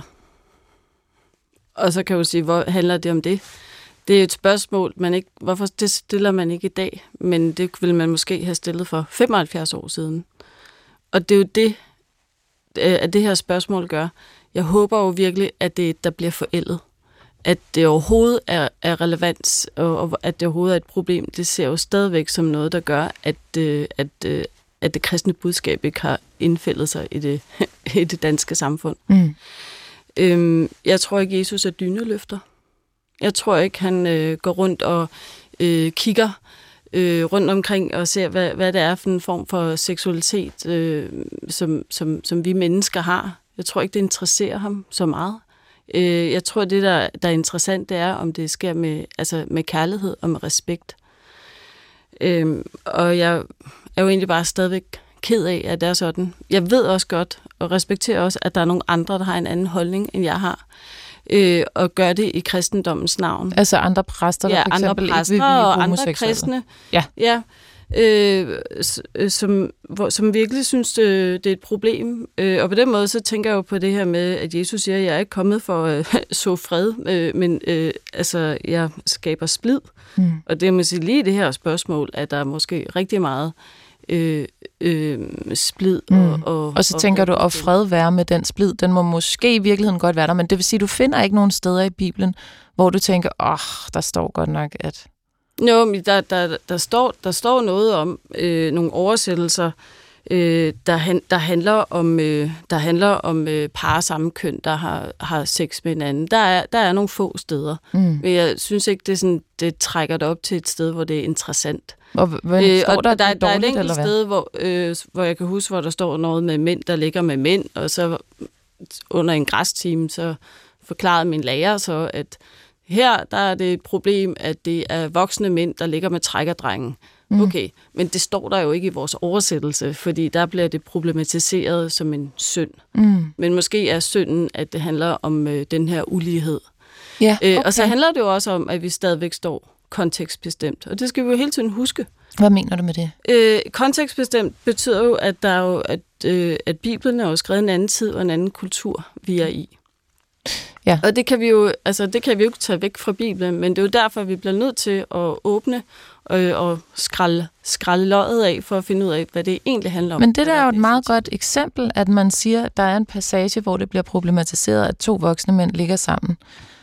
Og så kan du sige, hvor handler det om det? Det er et spørgsmål, man ikke, hvorfor det stiller man ikke i dag, men det ville man måske have stillet for femoghalvfjerds år siden. Og det er jo det, at det her spørgsmål gør. Jeg håber jo virkelig, at det der bliver forældet. At det overhovedet er, er relevant, og, og at det overhovedet er et problem, det ser jo stadigvæk som noget, der gør, at, at, at det kristne budskab ikke har indfældet sig i det, i det danske samfund. Mm. Øhm, jeg tror ikke, Jesus er dyneløfter. Jeg tror ikke, han øh, går rundt og øh, kigger øh, rundt omkring og ser, hvad, hvad det er for en form for seksualitet, øh, som, som, som vi mennesker har. Jeg tror ikke, det interesserer ham så meget. Øh, jeg tror, det, der, der er interessant, det er, om det sker med, altså med kærlighed og med respekt. Øh, og jeg er jo egentlig bare stadigvæk ked af, at det er sådan. Jeg ved også godt, og respekterer også, at der er nogle andre, der har en anden holdning, end jeg har. Øh, og gør det i kristendommens navn. Altså andre præster, der ja, for eksempel andre præster ikke og andre kristne, ja, ja øh, som, hvor, som virkelig synes, det, det er et problem. Øh, og på den måde, så tænker jeg jo på det her med, at Jesus siger, at jeg er ikke kommet for at øh, så fred, øh, men øh, altså, jeg skaber splid. Mm. Og det er måske lige i det her spørgsmål, at der er måske rigtig meget Øh, øh, splid. Mm. Og, og, og så og, tænker du, at fred være med den splid, den må måske i virkeligheden godt være der, men det vil sige, du finder ikke nogen steder i Bibelen, hvor du tænker, åh, oh, der står godt nok, at... Jo, men der, der, der, står, der står noget om øh, nogle oversættelser, øh, der, han, der handler om, øh, der handler om øh, par af samme køn, der har, har sex med hinanden. Der er, der er nogle få steder, mm. men jeg synes ikke, det, sådan, det trækker det op til et sted, hvor det er interessant. Og, hvad, øh, og der, der, dårligt, der er et enkelt sted, hvor, øh, hvor jeg kan huske, hvor der står noget med mænd, der ligger med mænd, og så under en græstime, så forklarede min lærer så, at her der er det et problem, at det er voksne mænd, der ligger med trækkerdrengen. Mm. Okay, men det står der jo ikke i vores oversættelse, fordi der bliver det problematiseret som en synd. Mm. Men måske er synden, at det handler om øh, den her ulighed. Ja, okay. øh, og så handler det jo også om, at vi stadigvæk står kontekstbestemt, og det skal vi jo hele tiden huske. Hvad mener du med det? Øh, kontekstbestemt betyder jo, at, der er jo, at, øh, at Bibelen er jo skrevet en anden tid og en anden kultur, vi er i. Ja. Og det kan vi jo, altså det kan vi jo ikke tage væk fra Bibelen, men det er jo derfor, vi bliver nødt til at åbne øh, og skralde, skralde løget af, for at finde ud af, hvad det egentlig handler om. Men det der er jo et meget godt eksempel, at man siger, at der er en passage, hvor det bliver problematiseret, at to voksne mænd ligger sammen.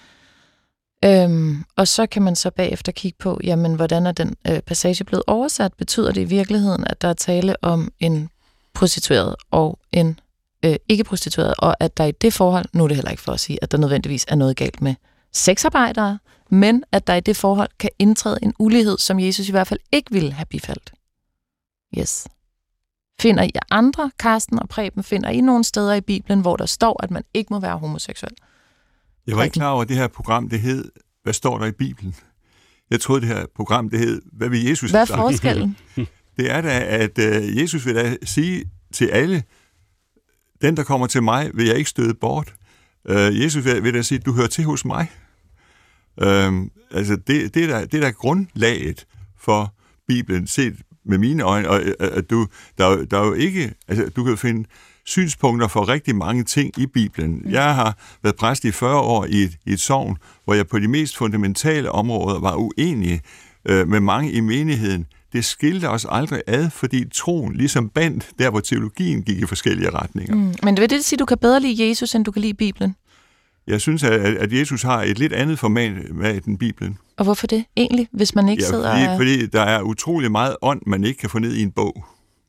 Øhm, og så kan man så bagefter kigge på, jamen, hvordan er den øh, passage blevet oversat? Betyder det i virkeligheden, at der er tale om en prostitueret og en øh, ikke-prostitueret, og at der i det forhold, nu er det heller ikke for at sige, at der nødvendigvis er noget galt med sexarbejdere, men at der i det forhold kan indtræde en ulighed, som Jesus i hvert fald ikke ville have bifaldt. Yes. Finder I andre, Karsten og Preben, finder I nogle steder i Bibelen, hvor der står, at man ikke må være homoseksuel? Jeg var ikke klar over, at det her program, det hed, hvad står der i Bibelen? Jeg troede, det her program, det hed, hvad vil Jesus Hvad er forskellen? Det er da, at uh, Jesus vil da sige til alle, den, der kommer til mig, vil jeg ikke støde bort. Uh, Jesus vil, vil da sige, du hører til hos mig. Uh, altså, det, det, er der, det er der grundlaget for Bibelen, set med mine øjne. Og uh, du, der, der er jo ikke, altså, du kan finde synspunkter for rigtig mange ting i Bibelen. Jeg har været præst i fyrre år i et, i et sogn, hvor jeg på de mest fundamentale områder var uenig øh, med mange i menigheden. Det skilte os aldrig ad, fordi troen ligesom bandt, der hvor teologien gik i forskellige retninger. Mm. Men det vil det sige, at du kan bedre lide Jesus, end du kan lide Bibelen? Jeg synes, at, at Jesus har et lidt andet format med end Bibelen. Og hvorfor det egentlig, hvis man ikke ja, sidder fordi, og... fordi der er utrolig meget ånd, man ikke kan få ned i en bog.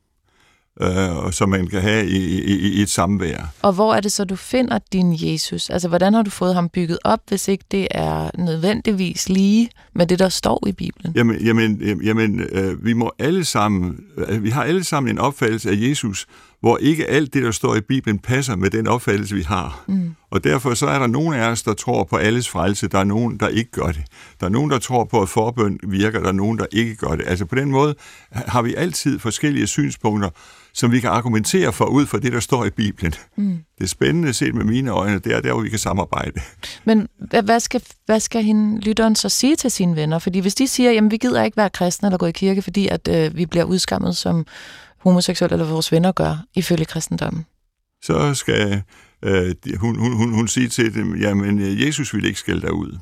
Øh, som man kan have i, i, i et samvær. Og hvor er det så, du finder din Jesus? Altså, hvordan har du fået ham bygget op, hvis ikke det er nødvendigvis lige med det, der står i Bibelen? Jamen, jamen, jamen øh, vi må alle sammen, øh, vi har alle sammen en opfattelse af Jesus, hvor ikke alt det, der står i Bibelen, passer med den opfattelse, vi har. Mm. Og derfor så er der nogen af os, der tror på alles frelse. Der er nogen, der ikke gør det. Der er nogen, der tror på, at forbøn virker. Der er nogen, der ikke gør det. Altså på den måde har vi altid forskellige synspunkter, som vi kan argumentere for ud fra det, der står i Bibelen. Mm. Det er spændende set med mine øjne, det er der, hvor vi kan samarbejde. Men hvad skal, hvad skal hende, lytteren så sige til sine venner? Fordi hvis de siger, jamen vi gider ikke være kristne eller gå i kirke, fordi at øh, vi bliver udskammet som homoseksuelle, eller vores venner gør, ifølge kristendommen. Så skal øh, hun, hun, hun, hun sige til dem, jamen Jesus ville ikke skælde dig ud.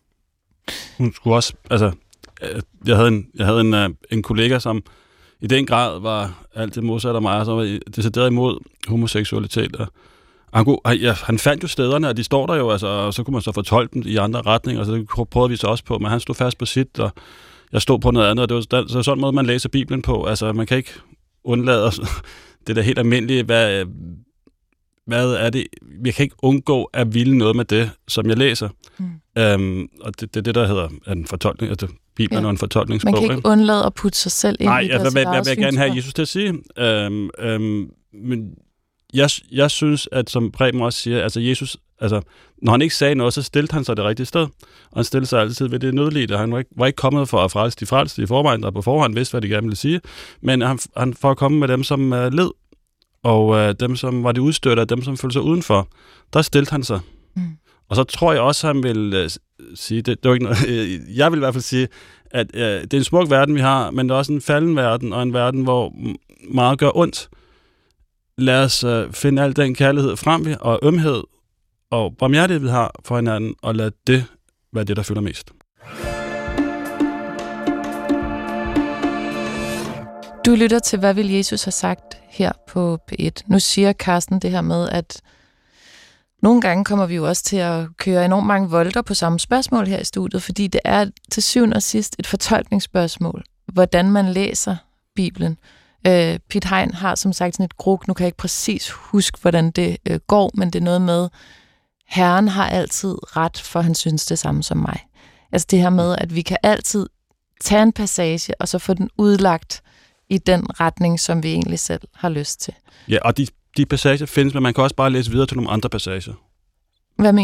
Hun skulle også, altså, jeg havde en, jeg havde en, en kollega, som i den grad var altid modsat af mig, og så var decideret imod homoseksualitet. Og han, kunne, ja, han fandt jo stederne, og de står der jo, altså, og så kunne man så fortolke dem i andre retninger, og så det prøvede vi så også på, men han stod fast på sit, og jeg stod på noget andet, og det var så sådan en måde, man læser Bibelen på. Altså, man kan ikke undlade det der helt almindelige, hvad, hvad er det? Jeg kan ikke undgå at ville noget med det, som jeg læser. Mm. Øhm, og det er det, det, der hedder en fortolkning, altså Bibelen ja. er en fortolkningsbog. Man kan ikke undlade at putte sig selv ind Nej, i altså, deres hvad, hvad, hvad vil jeg gerne have synspunkt. Jesus til at sige? Øhm, øhm, men jeg, jeg synes, at som Preben også siger, altså Jesus, altså, når han ikke sagde noget, så stillede han sig det rigtige sted. Og han stillede sig altid ved det nødlidte. Han var ikke, var ikke kommet for at frelse de frelste i forvejen, der på forhånd vidste, hvad de gerne ville sige. Men han, han for at komme med dem, som uh, led, og uh, dem, som var de udstødte, og dem, som følte sig udenfor, der stillede han sig. Mm. Og så tror jeg også, han vil uh, sige, det, det var ikke noget, jeg vil i hvert fald sige, at uh, det er en smuk verden, vi har, men det er også en falden verden, og en verden, hvor meget gør ondt. Lad os uh, finde al den kærlighed frem, og ømhed, og barmhjertighed, vi har for hinanden, og lad det være det, der fylder mest. Du lytter til, hvad vil Jesus have sagt her på P et. Nu siger Karsten det her med, at nogle gange kommer vi jo også til at køre enormt mange volter på samme spørgsmål her i studiet, fordi det er til syvende og sidst et fortolkningsspørgsmål, hvordan man læser Bibelen. Øh, Piet Hein har som sagt sådan et gruk, nu kan jeg ikke præcis huske, hvordan det øh, går, men det er noget med, Herren har altid ret, for han synes det samme som mig. Altså det her med, at vi kan altid tage en passage, og så få den udlagt i den retning, som vi egentlig selv har lyst til. Ja, og de, de passager findes, men man kan også bare læse videre til nogle andre passager. Hvad mener du?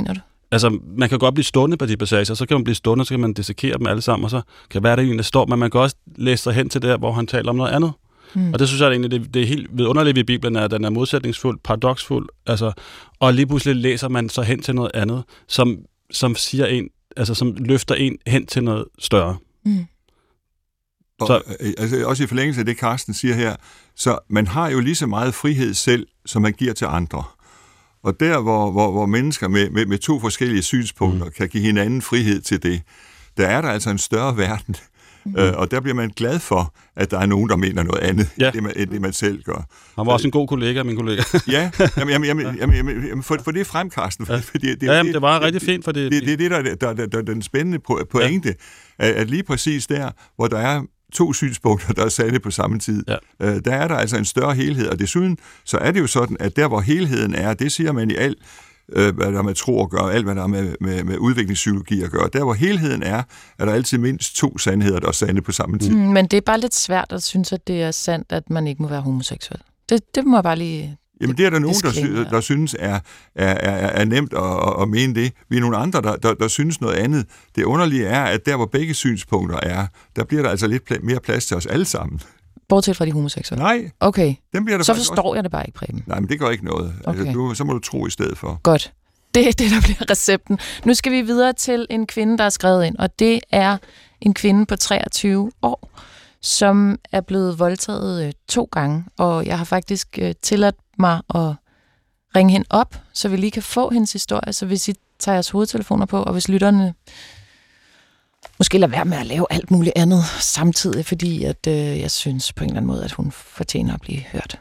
altså, man kan godt blive stående på de passager, så kan man blive stående, så kan man dissekere dem alle sammen, og så kan være, der en, der står, men man kan også læse sig hen til det, hvor han taler om noget andet. Mm. Og det synes jeg egentlig, det, det er helt vidunderligt ved Bibelen, at den er modsætningsfuld, paradoksfuld, altså, og lige pludselig læser man så hen til noget andet, som, som siger en, altså som løfter en hen til noget større. Mm. Og, så, altså, også i forlængelse af det, Carsten siger her, så man har jo lige så meget frihed selv, som man giver til andre. Og der, hvor, hvor, hvor mennesker med, med, med to forskellige synspunkter mm. kan give hinanden frihed til det, der er der altså en større verden. Mm. Øh, og der bliver man glad for, at der er nogen, der mener noget andet, ja. end, det, man, end det man selv gør. Han var også en god kollega, min kollega. ja, jamen, jamen, jamen, jamen, jamen, for, for det frem, Carsten. For, ja. for det, det, ja, jamen, det, det var rigtig fint, for det... Det er det, det, der, der, der, der, der den spændende pointe, ja. at, at lige præcis der, hvor der er to synspunkter, der er sande på samme tid, ja. øh, der er der altså en større helhed, og desuden så er det jo sådan, at der, hvor helheden er, det siger man i alt, øh, hvad der med tro at gøre, alt hvad der er med, med, med udviklingspsykologi at gøre, der, hvor helheden er, er der altid mindst to sandheder, der er sande på samme tid. Mm, men det er bare lidt svært at synes, at det er sandt, at man ikke må være homoseksuel. Det, det må jeg bare lige... Jamen det er der nogen, der, sy- der synes er, er, er, er nemt at, at mene det. Vi er nogle andre, der, der, der synes noget andet. Det underlige er, at der, hvor begge synspunkter er, der bliver der altså lidt pl- mere plads til os alle sammen. Bortset fra de homoseksuelle? Nej. Okay. Dem bliver der så forstår også... jeg det bare ikke, Preben. Nej, men det gør ikke noget. Okay. Altså, du, så må du tro i stedet for. Godt. Det er det, der bliver recepten. Nu skal vi videre til en kvinde, der er skrevet ind, og det er en kvinde på treogtyve år, som er blevet voldtaget øh, to gange, og jeg har faktisk øh, tilladt mig at ringe hende op, så vi lige kan få hendes historie, så hvis I tager jeres hovedtelefoner på, og hvis lytterne måske lader være med at lave alt muligt andet samtidig, fordi at, øh, jeg synes på en eller anden måde, at hun fortjener at blive hørt.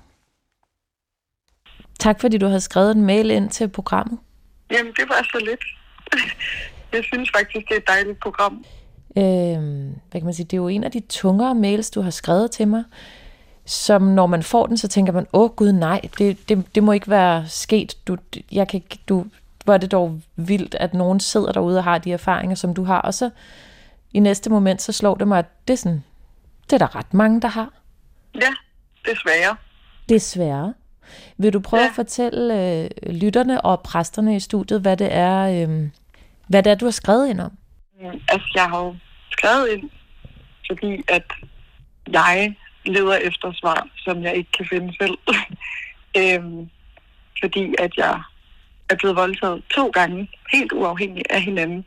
Tak fordi du har skrevet en mail ind til programmet. Jamen, det var så lidt. Jeg synes faktisk, det er et dejligt program. Øhm, hvad kan man sige? Det er jo en af de tungere mails, du har skrevet til mig, som når man får den, så tænker man, åh gud nej, det, det, det må ikke være sket. Du, jeg kan, du, hvor er det dog vildt, at nogen sidder derude og har de erfaringer, som du har, og så i næste moment, så slår det mig, at det er, sådan, det er der ret mange, der har. Ja, desværre. Desværre. Vil du prøve ja. at fortælle øh, lytterne og præsterne i studiet, hvad det er, øh, hvad det er, du har skrevet ind om? Altså, jeg har jo skrevet ind, fordi at jeg leder efter svar, som jeg ikke kan finde selv. øhm, fordi at jeg er blevet voldtaget to gange, helt uafhængig af hinanden.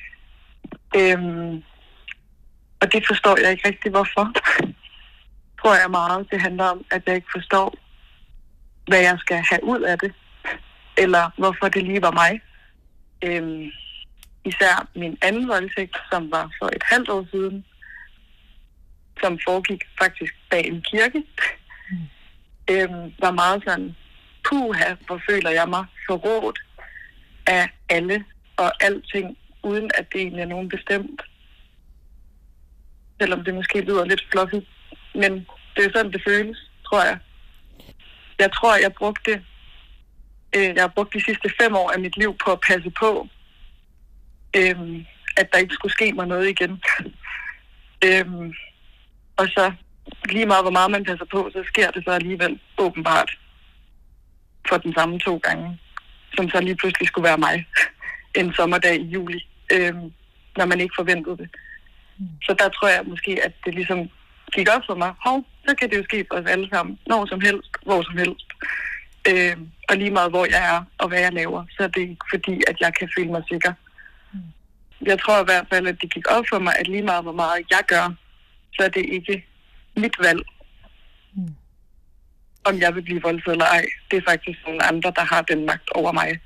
Øhm, og det forstår jeg ikke rigtig, hvorfor. Tror jeg meget, det handler om, at jeg ikke forstår, hvad jeg skal have ud af det. Eller hvorfor det lige var mig. Øhm, især min anden voldtægt, som var for et halvt år siden, som foregik faktisk bag en kirke, mm. øhm, var meget sådan, puha, hvor føler jeg mig forrådt af alle og alting, uden at det egentlig er nogen bestemt. Selvom det måske lyder lidt fluffy, men det er sådan, det føles, tror jeg. Jeg tror, jeg brugte, øh, jeg har brugt de sidste fem år af mit liv på at passe på, øh, at der ikke skulle ske mig noget igen. øh, og så lige meget, hvor meget man passer på, så sker det så alligevel åbenbart for den samme to gange, som så lige pludselig skulle være mig en sommerdag i juli, øh, når man ikke forventede det. Så der tror jeg måske, at det ligesom gik op for mig. Hov, så kan det jo ske for os alle sammen, når som helst, hvor som helst. Øh, og lige meget, hvor jeg er og hvad jeg laver, så er det ikke fordi, at jeg kan føle mig sikker. Jeg tror i hvert fald, at det gik op for mig, at lige meget, hvor meget jeg gør, så er det ikke mit valg. Mm. Om jeg vil blive voldtaget eller ej. Det er faktisk nogle andre, der har den magt over mig.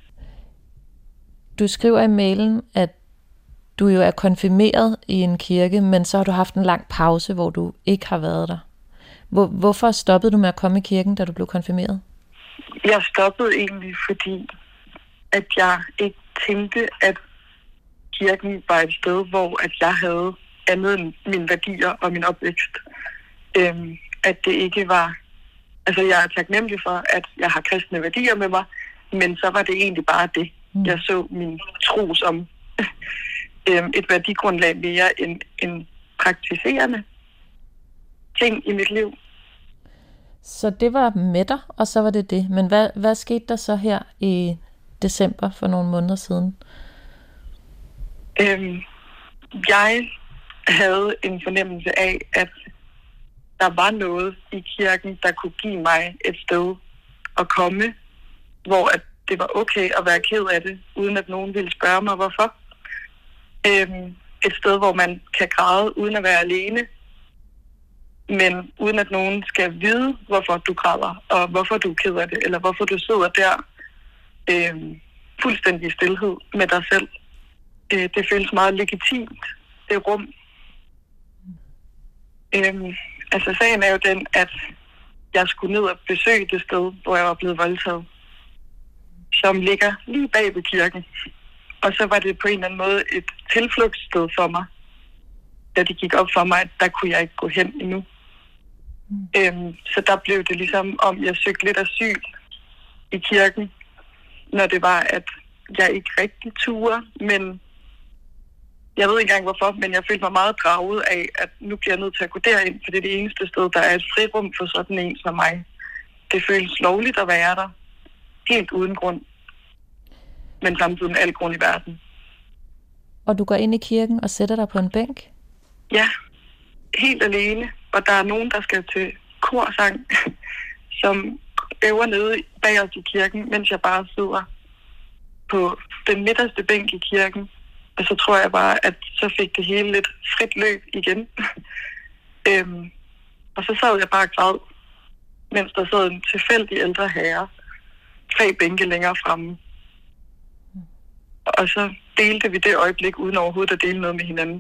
Du skriver i mailen, at du jo er konfirmeret i en kirke, men så har du haft en lang pause, hvor du ikke har været der. Hvor, hvorfor stoppede du med at komme i kirken, da du blev konfirmeret? Jeg stoppede egentlig, fordi at jeg ikke tænkte, at kirken var et sted, hvor at jeg havde andet end mine værdier og min opvækst. Øhm, at det ikke var... Altså, jeg er taknemmelig for, at jeg har kristne værdier med mig, men så var det egentlig bare det. Mm. Jeg så min tro som øhm, et værdigrundlag mere end en praktiserende ting i mit liv. Så det var med dig, og så var det det. Men hvad, hvad skete der så her i december for nogle måneder siden? Øhm, jeg havde en fornemmelse af, at der var noget i kirken, der kunne give mig et sted at komme, hvor at det var okay at være ked af det, uden at nogen ville spørge mig, hvorfor. Øhm, et sted, hvor man kan græde, uden at være alene, men uden at nogen skal vide, hvorfor du græder, og hvorfor du er ked af det, eller hvorfor du sidder der øhm, fuldstændig i stilhed med dig selv. Øh, det føles meget legitimt, det rum. Øhm, altså sagen er jo den, at jeg skulle ned og besøge det sted, hvor jeg var blevet voldtaget, som ligger lige bag ved kirken. Og så var det på en eller anden måde et tilflugtssted for mig, da det gik op for mig, at der kunne jeg ikke gå hen endnu. Mm. Øhm, så der blev det ligesom, om jeg søgte lidt asyl i kirken, når det var, at jeg ikke rigtig turde, men jeg ved ikke engang hvorfor, men jeg følte mig meget draget af, at nu bliver jeg nødt til at gå derind, for det er det eneste sted, der er et frirum for sådan en som mig. Det føles lovligt at være der, helt uden grund, men samtidig med al grund i verden. Og du går ind i kirken og sætter dig på en bænk? Ja, helt alene, og der er nogen, der skal til korsang, som øver nede bag os i kirken, mens jeg bare sidder på den midterste bænk i kirken. Og så tror jeg bare, at så fik det hele lidt frit løb igen. øhm, og så sad jeg bare og græd, mens der sad en tilfældig ældre herre tre bænke længere fremme. Og så delte vi det øjeblik, uden overhovedet at dele noget med hinanden.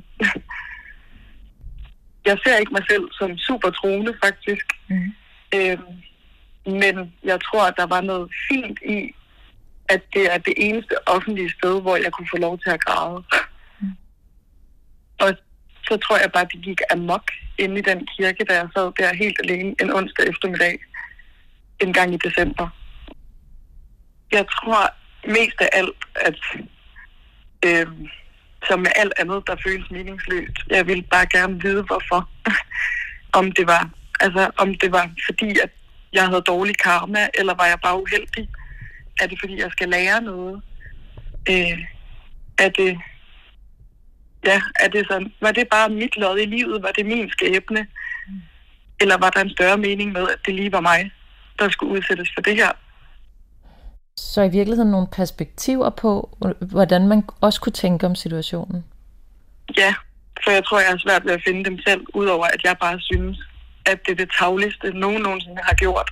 Jeg ser ikke mig selv som super troende, faktisk. Mm. Øhm, men jeg tror, at der var noget fint i, at det er det eneste offentlige sted, hvor jeg kunne få lov til at græde. Mm. Og så tror jeg bare, at det gik amok inde i den kirke, da jeg sad der helt alene en onsdag eftermiddag, en gang i december. Jeg tror mest af alt, at øh, som med alt andet, der føles meningsløst, jeg ville bare gerne vide, hvorfor. om det var, altså om det var fordi, at jeg havde dårlig karma, eller var jeg bare uheldig? Er det fordi, jeg skal lære noget? Øh, er det, ja, er det sådan, var det bare mit lod i livet? Var det min skæbne? Eller var der en større mening med, at det lige var mig, der skulle udsættes for det her? Så i virkeligheden nogle perspektiver på, hvordan man også kunne tænke om situationen? Ja, for jeg tror, jeg har svært ved at finde dem selv, udover at jeg bare synes, at det er det tavligste, nogen nogensinde har gjort.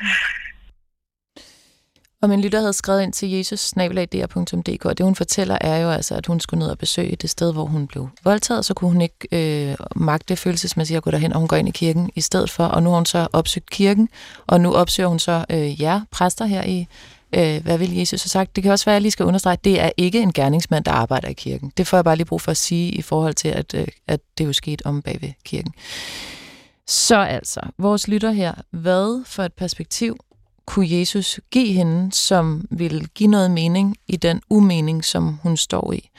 Og min lytter havde skrevet ind til jesus snabel-a d r punktum d k, og det hun fortæller er jo altså, at hun skulle ned og besøge det sted, hvor hun blev voldtaget, og så kunne hun ikke øh, magte følelsesmæssigt at gå derhen, og hun går ind i kirken i stedet for, og nu har hun så opsøgt kirken, og nu opsøger hun så øh, jer, præster her i, øh, hvad vil Jesus have sagt? Det kan også være, at jeg lige skal understrege, at det er ikke en gerningsmand, der arbejder i kirken. Det får jeg bare lige brug for at sige i forhold til, at, øh, at det jo skete om bag ved kirken. Så altså, vores lytter her, hvad for et perspektiv kunne Jesus give hende, som ville give noget mening i den umening, som hun står i?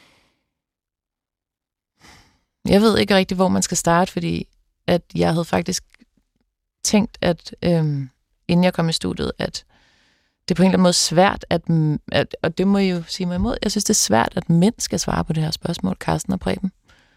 Jeg ved ikke rigtig, hvor man skal starte, fordi at jeg havde faktisk tænkt, at øhm, inden jeg kom i studiet, at det er på en eller anden måde svært, at, at, og det må I jo sige mig imod, jeg synes, det er svært, at mænd skal svare på det her spørgsmål, Carsten og Preben.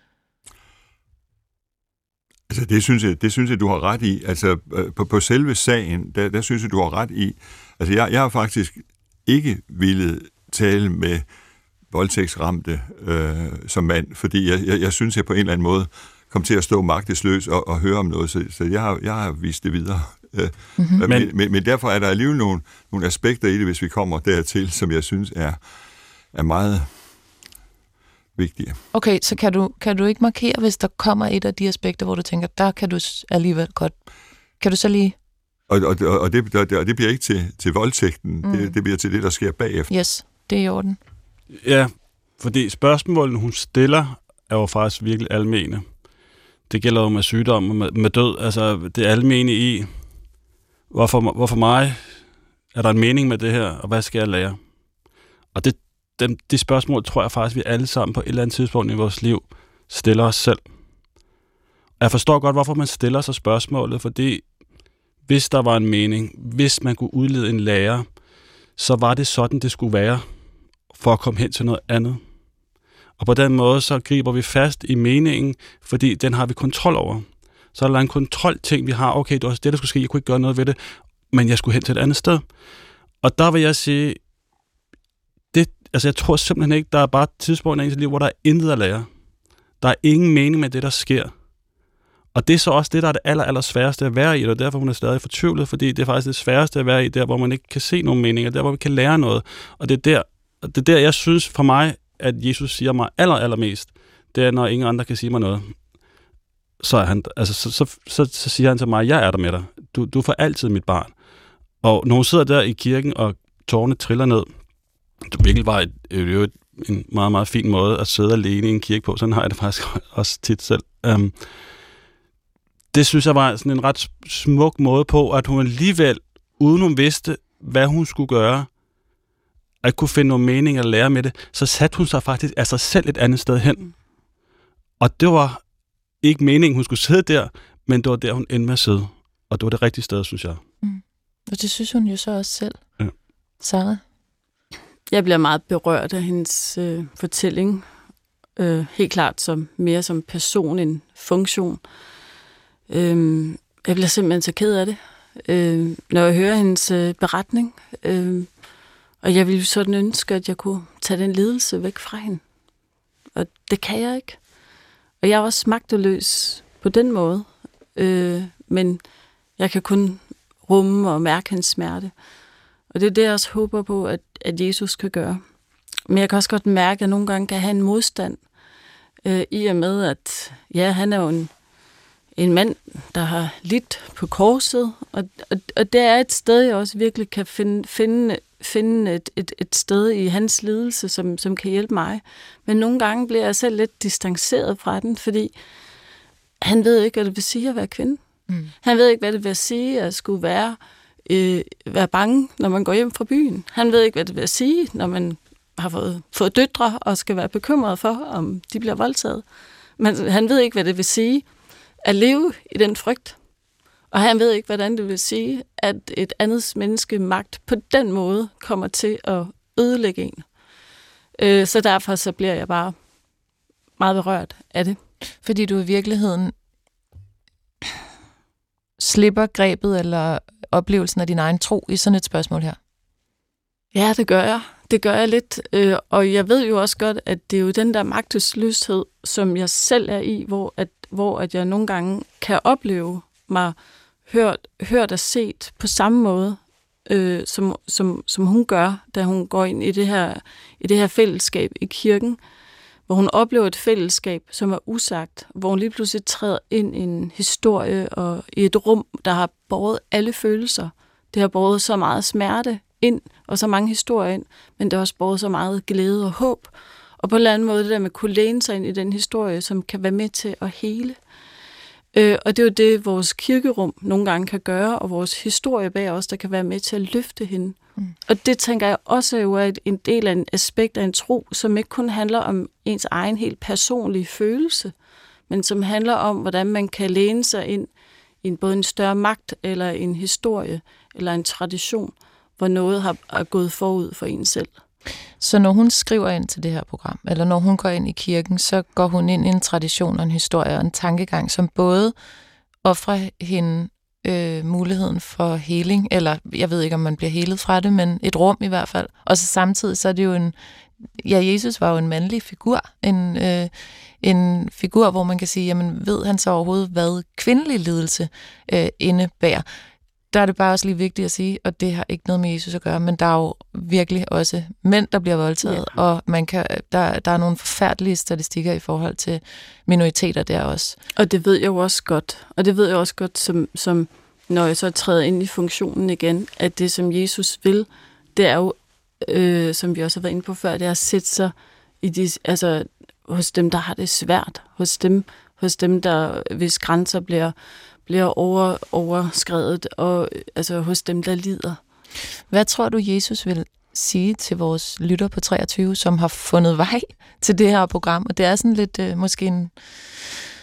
Altså, det synes jeg, det synes jeg, du har ret i. Altså, på, på selve sagen, der, der synes jeg, du har ret i. Altså, jeg, jeg har faktisk ikke ville tale med voldtægtsramte øh, som mand, fordi jeg, jeg, jeg synes, jeg på en eller anden måde kom til at stå magtesløs og, og høre om noget, så, så jeg, har, jeg har vist det videre. Mm-hmm. Men, men, men, men derfor er der alligevel nogle, nogle aspekter i det, hvis vi kommer dertil, som jeg synes er, er meget vigtige. Okay, så kan du, kan du ikke markere, hvis der kommer et af de aspekter, hvor du tænker, der kan du alligevel godt. Kan du så lige... Og, og, og, det, og, det, og det bliver ikke til, til voldtægten, mm. det, det bliver til det, der sker bagefter. Yes, det er i orden. Ja, fordi spørgsmålene, hun stiller, er jo faktisk virkelig almene. Det gælder jo med sygdom og med, med død. Altså, det er almene i, hvorfor, hvorfor mig er der en mening med det her, og hvad skal jeg lære? Og det De, de spørgsmål, tror jeg faktisk, vi alle sammen på et eller andet tidspunkt i vores liv stiller os selv. Og jeg forstår godt, hvorfor man stiller sig spørgsmålet, fordi hvis der var en mening, hvis man kunne udlede en lære, så var det sådan, det skulle være, for at komme hen til noget andet. Og på den måde, så griber vi fast i meningen, fordi den har vi kontrol over. Så er der en kontrolting, vi har. Okay, det var også det, der skulle ske. Jeg kunne ikke gøre noget ved det, men jeg skulle hen til et andet sted. Og der vil jeg sige, det, altså jeg tror simpelthen ikke, der er bare et tidspunkt i ens liv, hvor der er intet at lære. Der er ingen mening med det, der sker. Og det er så også det, der er det aller, aller sværeste at være i, og derfor hun er stadig fortvivlet, fordi det er faktisk det sværeste at være i, der hvor man ikke kan se nogen meninger, der hvor vi kan lære noget. Og det er der, det er der jeg synes for mig, at Jesus siger mig aller, allermest, det er, når ingen andre kan sige mig noget. Så, er han, altså, så, så, så, så siger han til mig, jeg er der med dig. Du, du får altid mit barn. Og når hun sidder der i kirken, og tårerne triller ned, det virkelig var et, et, et, en meget, meget fin måde at sidde alene i en kirke på. Sådan har jeg det faktisk også tit selv. Um, det synes jeg var sådan en ret smuk måde på, at hun alligevel, uden hun vidste, hvad hun skulle gøre, at kunne finde nogle mening at lære med det, så satte hun sig faktisk af sig selv et andet sted hen. Og det var ikke meningen, hun skulle sidde der, men det var der, hun endte med at sidde. Og det var det rigtige sted, synes jeg. Mm. Og det synes hun jo så også selv. Ja. Sarah? Jeg bliver meget berørt af hendes øh, fortælling. Øh, helt klart som mere som person end funktion. Øh, jeg bliver simpelthen så ked af det, øh, når jeg hører hendes øh, beretning. Øh, og jeg ville sådan ønske, at jeg kunne tage den lidelse væk fra hende. Og det kan jeg ikke. Og jeg er også magteløs på den måde. Øh, men jeg kan kun rumme og mærke hendes smerte. Og det er det, jeg også håber på, at, at Jesus kan gøre. Men jeg kan også godt mærke, at jeg nogle gange kan have en modstand. Øh, I og med, at ja, han er jo en, en mand, der har lidt på korset. Og, og, og det er et sted, jeg også virkelig kan finde, finde, finde et, et, et sted i hans lidelse, som, som kan hjælpe mig. Men nogle gange bliver jeg selv lidt distanceret fra den, fordi han ved ikke, hvad det vil sige at være kvinde. Mm. Han ved ikke, hvad det vil sige at skulle være, øh, være bange, når man går hjem fra byen. Han ved ikke, hvad det vil sige, når man har fået, fået døtre og skal være bekymret for, om de bliver voldtaget. Men han ved ikke, hvad det vil sige at leve i den frygt. Og han ved ikke, hvordan det vil sige, at et andet menneske magt på den måde kommer til at ødelægge en. Øh, så derfor så bliver jeg bare meget berørt af det. Fordi du i virkeligheden slipper grebet eller oplevelsen af din egen tro i sådan et spørgsmål her? Ja, det gør jeg. Det gør jeg lidt. Øh, og jeg ved jo også godt, at det er jo den der magtesløshed, som jeg selv er i, hvor, at, hvor at jeg nogle gange kan opleve mig hørt, hørt og set på samme måde, øh, som, som, som hun gør, da hun går ind i det her, i det her fællesskab i kirken, hvor hun oplever et fællesskab, som er usagt, hvor hun lige pludselig træder ind i en historie og i et rum, der har båret alle følelser. Det har båret så meget smerte ind, og så mange historier ind, men det har også båret så meget glæde og håb. Og på en eller anden måde, det der med at kunne læne sig ind i den historie, som kan være med til at hele. Øh, og det er jo det, vores kirkerum nogle gange kan gøre, og vores historie bag os, der kan være med til at løfte hende. Mm. Og det tænker jeg også er jo en del af en aspekt af en tro, som ikke kun handler om ens egen helt personlige følelse, men som handler om, hvordan man kan læne sig ind i en, både en større magt, eller en historie, eller en tradition, hvor noget har, har gået forud for en selv. Så når hun skriver ind til det her program, eller når hun går ind i kirken, så går hun ind i en tradition og en historie og en tankegang, som både offrer hende øh, muligheden for heling, eller jeg ved ikke, om man bliver helet fra det, men et rum i hvert fald. Og så samtidig, så er det jo en, ja, Jesus var jo en mandlig figur, en, øh, en figur, hvor man kan sige, jamen ved han så overhovedet, hvad kvindelig lidelse øh, indebærer? Der er det bare også lige vigtigt at sige, og det har ikke noget med Jesus at gøre, men der er jo virkelig også mænd, der bliver voldtaget, ja. Og man kan, der, der er nogle forfærdelige statistikker i forhold til minoriteter der også. Og det ved jeg jo også godt, og det ved jeg også godt, som, som når jeg så træder ind i funktionen igen, at det, som Jesus vil, det er jo, øh, som vi også har været inde på før, det er at sætte sig i de, altså, hos dem, der har det svært, hos dem, hos dem der hvis grænser bliver bliver over, overskredet, og altså hos dem, der lider. Hvad tror du, Jesus vil sige til vores lytter på treogtyve, som har fundet vej til det her program? Og det er sådan lidt, øh, måske en,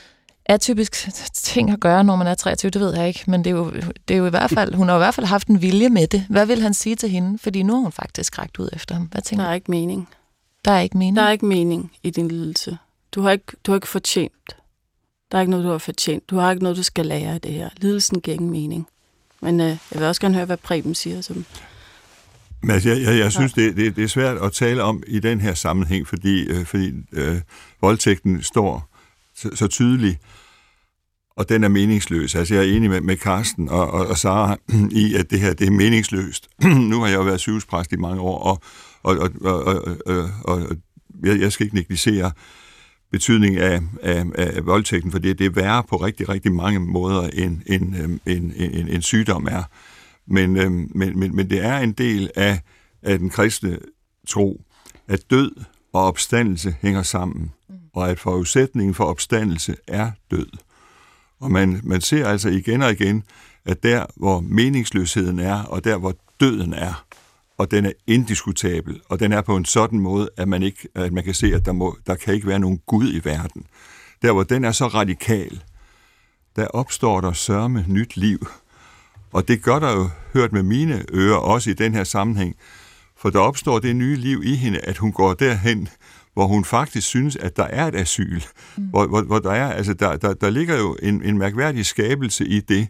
atypisk ting at gøre, når man er treogtyve, det ved jeg ikke, men det er jo, det er jo i hvert fald, hun har i hvert fald haft en vilje med det. Hvad vil han sige til hende? Fordi nu har hun faktisk rakt ud efter ham. Hvad tænker Der er ikke mening. Der er ikke mening? Der er ikke mening i din lidelse. Du har ikke, du har ikke fortjent. Der er ikke noget, du har fortjent. Du har ikke noget, du skal lære af det her. Lidelsen giver ingen mening. Men øh, jeg vil også gerne høre, hvad Preben siger. Som... Men altså, jeg, jeg, jeg synes, det, det, det er svært at tale om i den her sammenhæng, fordi, øh, fordi øh, voldtægten står så, så tydeligt, og den er meningsløs. Altså, jeg er enig med, med Karsten og, og, og Sara i, at det her det er meningsløst. Nu har jeg jo været sygehuspræst i mange år, og, og, og, og, og, og, og jeg, jeg skal ikke negligere betydningen af, af, af voldtægten, for det, det er værre på rigtig, rigtig mange måder, end en, en, en, en, en sygdom er. Men, men, men, men det er en del af, af den kristne tro, at død og opstandelse hænger sammen, og at forudsætningen for opstandelse er død. Og man, man ser altså igen og igen, at der, hvor meningsløsheden er, og der, hvor døden er, og den er indiskutabel, og den er på en sådan måde, at man, ikke, at man kan se, at der, må, der kan ikke være nogen Gud i verden. Der, hvor den er så radikal, der opstår der sørme nyt liv. Og det gør der jo hørt med mine ører, også i den her sammenhæng, for der opstår det nye liv i hende, at hun går derhen, hvor hun faktisk synes, at der er et asyl. Mm. Hvor, hvor, hvor der er, altså der, der, der ligger jo en, en mærkværdig skabelse i det.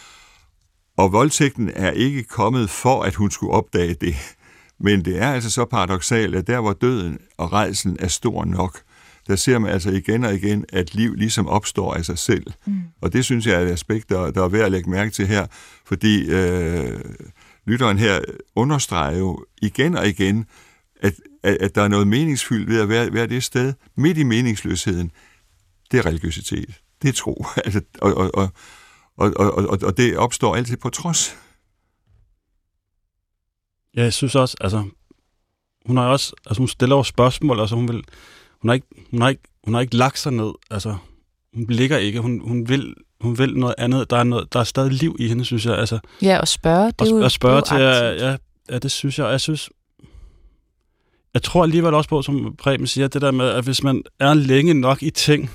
Og voldtægten er ikke kommet for, at hun skulle opdage det. Men det er altså så paradoksalt, at der, hvor døden og rædslen er stor nok, der ser man altså igen og igen, at liv ligesom opstår af sig selv. Mm. Og det synes jeg er et aspekt, der, der er værd at lægge mærke til her, fordi øh, lytteren her understreger jo igen og igen, at, at, at der er noget meningsfyldt ved at være, være det sted, midt i meningsløsheden. Det er religiøsitet. Det er tro. Altså, og, og, og, og, og, og det opstår altid på trods. Ja, jeg synes også, altså, hun har også, altså hun stiller jo spørgsmål, altså hun vil, hun har ikke, hun har ikke, hun har ikke lagt sig ned, altså, hun ligger ikke, hun, hun vil, hun vil noget andet, der er noget, der er stadig liv i hende, synes jeg, altså. Ja, og spørge, det er jo, og spørge det er jo til, ja, ja, det synes jeg, jeg synes, jeg tror alligevel også på, som Preben siger, det der med, at hvis man er længe nok i ting,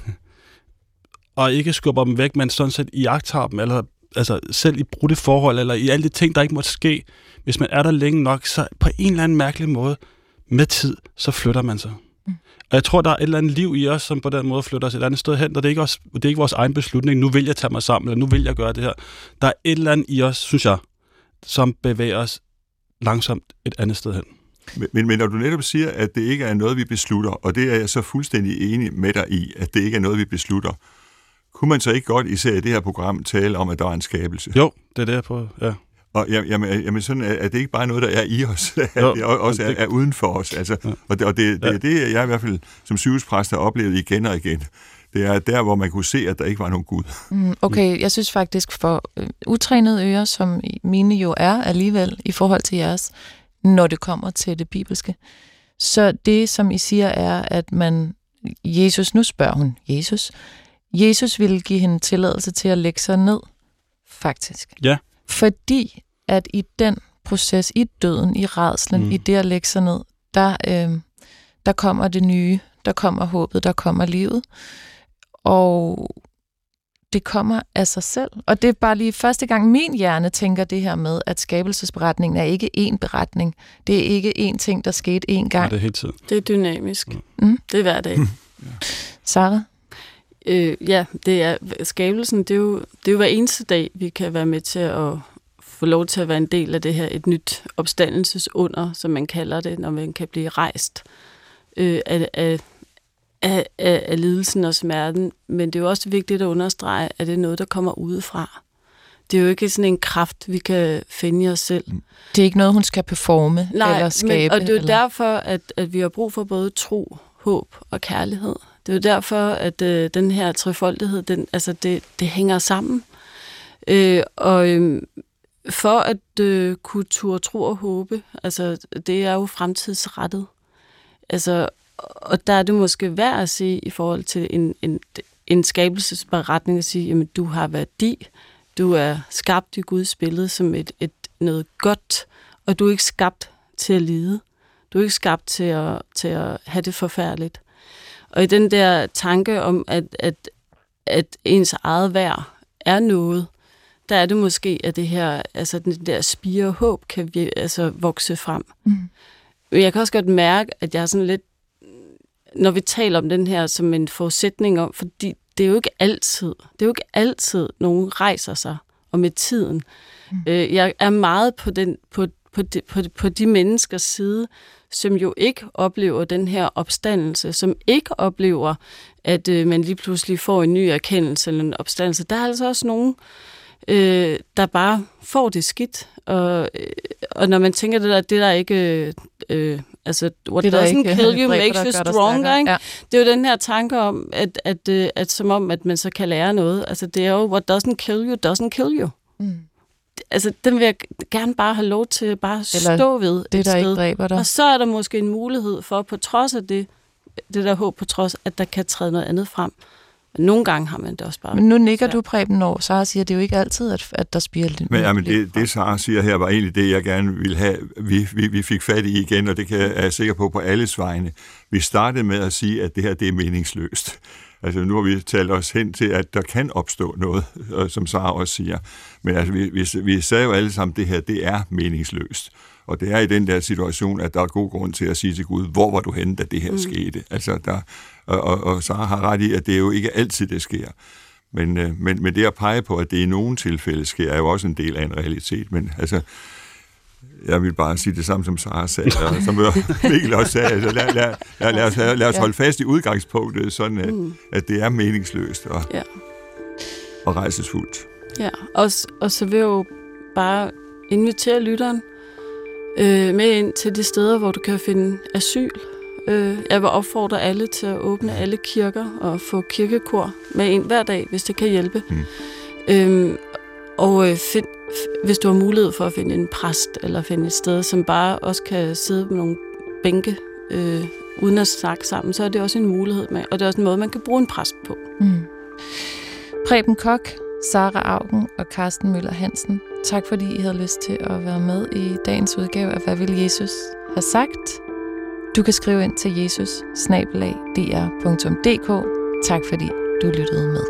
og ikke skubber dem væk, men sådan set iagttager dem, eller altså selv i brudte forhold, eller i alle de ting, der ikke måtte ske, hvis man er der længe nok, så på en eller anden mærkelig måde, med tid, så flytter man sig. Mm. Og jeg tror, der er et eller andet liv i os, som på den måde flytter os et andet sted hen, og det er ikke, også, det er ikke vores egen beslutning, nu vil jeg tage mig sammen, eller nu vil jeg gøre det her. Der er et eller andet i os, synes jeg, som bevæger os langsomt et andet sted hen. Men, men, men når du netop siger, at det ikke er noget, vi beslutter, og det er jeg så fuldstændig enig med dig i, at det ikke er noget, vi beslutter, kunne man så ikke godt, især i det her program, tale om, at der er en skabelse? Jo, det er det, jeg prøver, ja. Og jamen, jamen sådan er det ikke bare noget, der er i os, at jo, det også er, er uden for os. Altså, ja. Og det, og det, det, ja. det, jeg i hvert fald som sygehuspræst har oplevet igen og igen, det er der, hvor man kunne se, at der ikke var nogen Gud. Mm, okay, jeg synes faktisk for øh, utrænede ører, som mine jo er alligevel i forhold til jeres, når det kommer til det bibelske, så det, som I siger, er, at man, Jesus, nu spørger hun Jesus, Jesus ville give hende tilladelse til at lægge sig ned, faktisk. Ja. Fordi at i den proces, i døden, i rædslen, mm. i det at lægge sig ned, der, øh, der kommer det nye, der kommer håbet, der kommer livet. Og det kommer af sig selv. Og det er bare lige første gang, min hjerne tænker det her med, at skabelsesberetningen er ikke én beretning. Det er ikke én ting, der skete én gang. Ja, det er helt tiden. Det er dynamisk. Mm. Det er hver dag. Ja. Sarah? Øh, ja, det er skabelsen, det er, jo, det er jo hver eneste dag, vi kan være med til at få lov til at være en del af det her, et nyt opstandelsesunder, som man kalder det, når man kan blive rejst øh, af, af, af, af lidelsen og smerten. Men det er jo også vigtigt at understrege, at det er noget, der kommer udefra. Det er jo ikke sådan en kraft, vi kan finde i os selv. Det er ikke noget, hun skal performe Nej, eller skabe? Men, og det er jo eller? derfor, at, at vi har brug for både tro, håb og kærlighed. Det er jo derfor, at øh, den her trefoldighed, den, altså det, det hænger sammen. Øh, og øh, for at øh, kunne turde tro og håbe, altså det er jo fremtidsrettet. Altså, og der er det måske værd at sige i forhold til en, en, en skabelsesberetning at sige, jamen du har værdi, du er skabt i Guds billede som et, et, noget godt, og du er ikke skabt til at lide. Du er ikke skabt til at, til at have det forfærdeligt. Og i den der tanke om, at, at, at ens eget værd er noget, der er det måske, at det her, altså den der spire håb kan vi, altså vokse frem. Mm. Men jeg kan også godt mærke, at jeg er sådan lidt, når vi taler om den her som en forudsætning om, fordi det er jo ikke altid, det er jo ikke altid, nogen rejser sig, og med tiden. Mm. Øh, jeg er meget på, den, på, på, de, på, på de menneskers side, som jo ikke oplever den her opstandelse, som ikke oplever, at øh, man lige pludselig får en ny erkendelse eller en opstandelse. Der er altså også nogen, øh, der bare får det skidt. Og, øh, og når man tænker det der, det der ikke... Øh, altså, what det, doesn't ikke, kill you makes you stronger, ikke? Ja. Det er jo den her tanke om, at, at, at, at som om, at man så kan lære noget. Altså, det er jo, what doesn't kill you, doesn't kill you. Mm. Altså, den vil jeg gerne bare have lov til at bare stå Eller ved det, et der sted. Ikke dræber dig. Og så er der måske en mulighed for, på trods af det, det der håb, på trods, at der kan træde noget andet frem. Men nogle gange har man det også bare. Men nu nikker ja. du, Preben, når Sara siger, at det er jo ikke altid, at, at der spirer lidt. Men, ja, men det, det, Sara siger her, var egentlig det, jeg gerne ville have, vi, vi, vi fik fat i igen, og det kan jeg er sikker på på alles vegne. Vi startede med at sige, at det her det er meningsløst. Altså nu har vi talt os hen til, at der kan opstå noget, som Sara også siger. Men altså, vi, vi, vi sagde jo alle sammen, at det her det er meningsløst. Og det er i den der situation, at der er god grund til at sige til Gud, hvor var du henne, da det her mm. skete? Altså, der, og, og, og Sara har ret i, at det er jo ikke altid, det sker. Men, men, men det at pege på, at det i nogle tilfælde sker, er jo også en del af en realitet. Men altså, jeg vil bare sige det samme, som Sara sagde, og som Mikkel også sagde. Altså, lad, lad, lad, lad, os, lad os holde fast i udgangspunktet, sådan at, mm. at det er meningsløst og, ja. og rejsesfuldt. Ja, og, og så vil jeg jo bare invitere lytteren øh, med ind til de steder, hvor du kan finde asyl. Øh, jeg vil opfordre alle til at åbne alle kirker og få kirkekor med ind hver dag, hvis det kan hjælpe. Mm. Øh, og øh, find, f- hvis du har mulighed for at finde en præst eller finde et sted, som bare også kan sidde med nogle bænke øh, uden at snakke sammen, så er det også en mulighed med, og det er også en måde, man kan bruge en præst på. Mm. Preben Koch, Sara Auken og Carsten Møller Hansen, tak fordi I havde lyst til at være med i dagens udgave af Hvad vil Jesus have sagt? Du kan skrive ind til jesus bindestreg d r punktum d k. Tak fordi du lyttede med.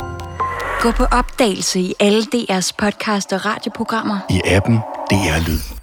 Gå på opdagelse i alle D R's podcast og radioprogrammer. I appen D R Lyd.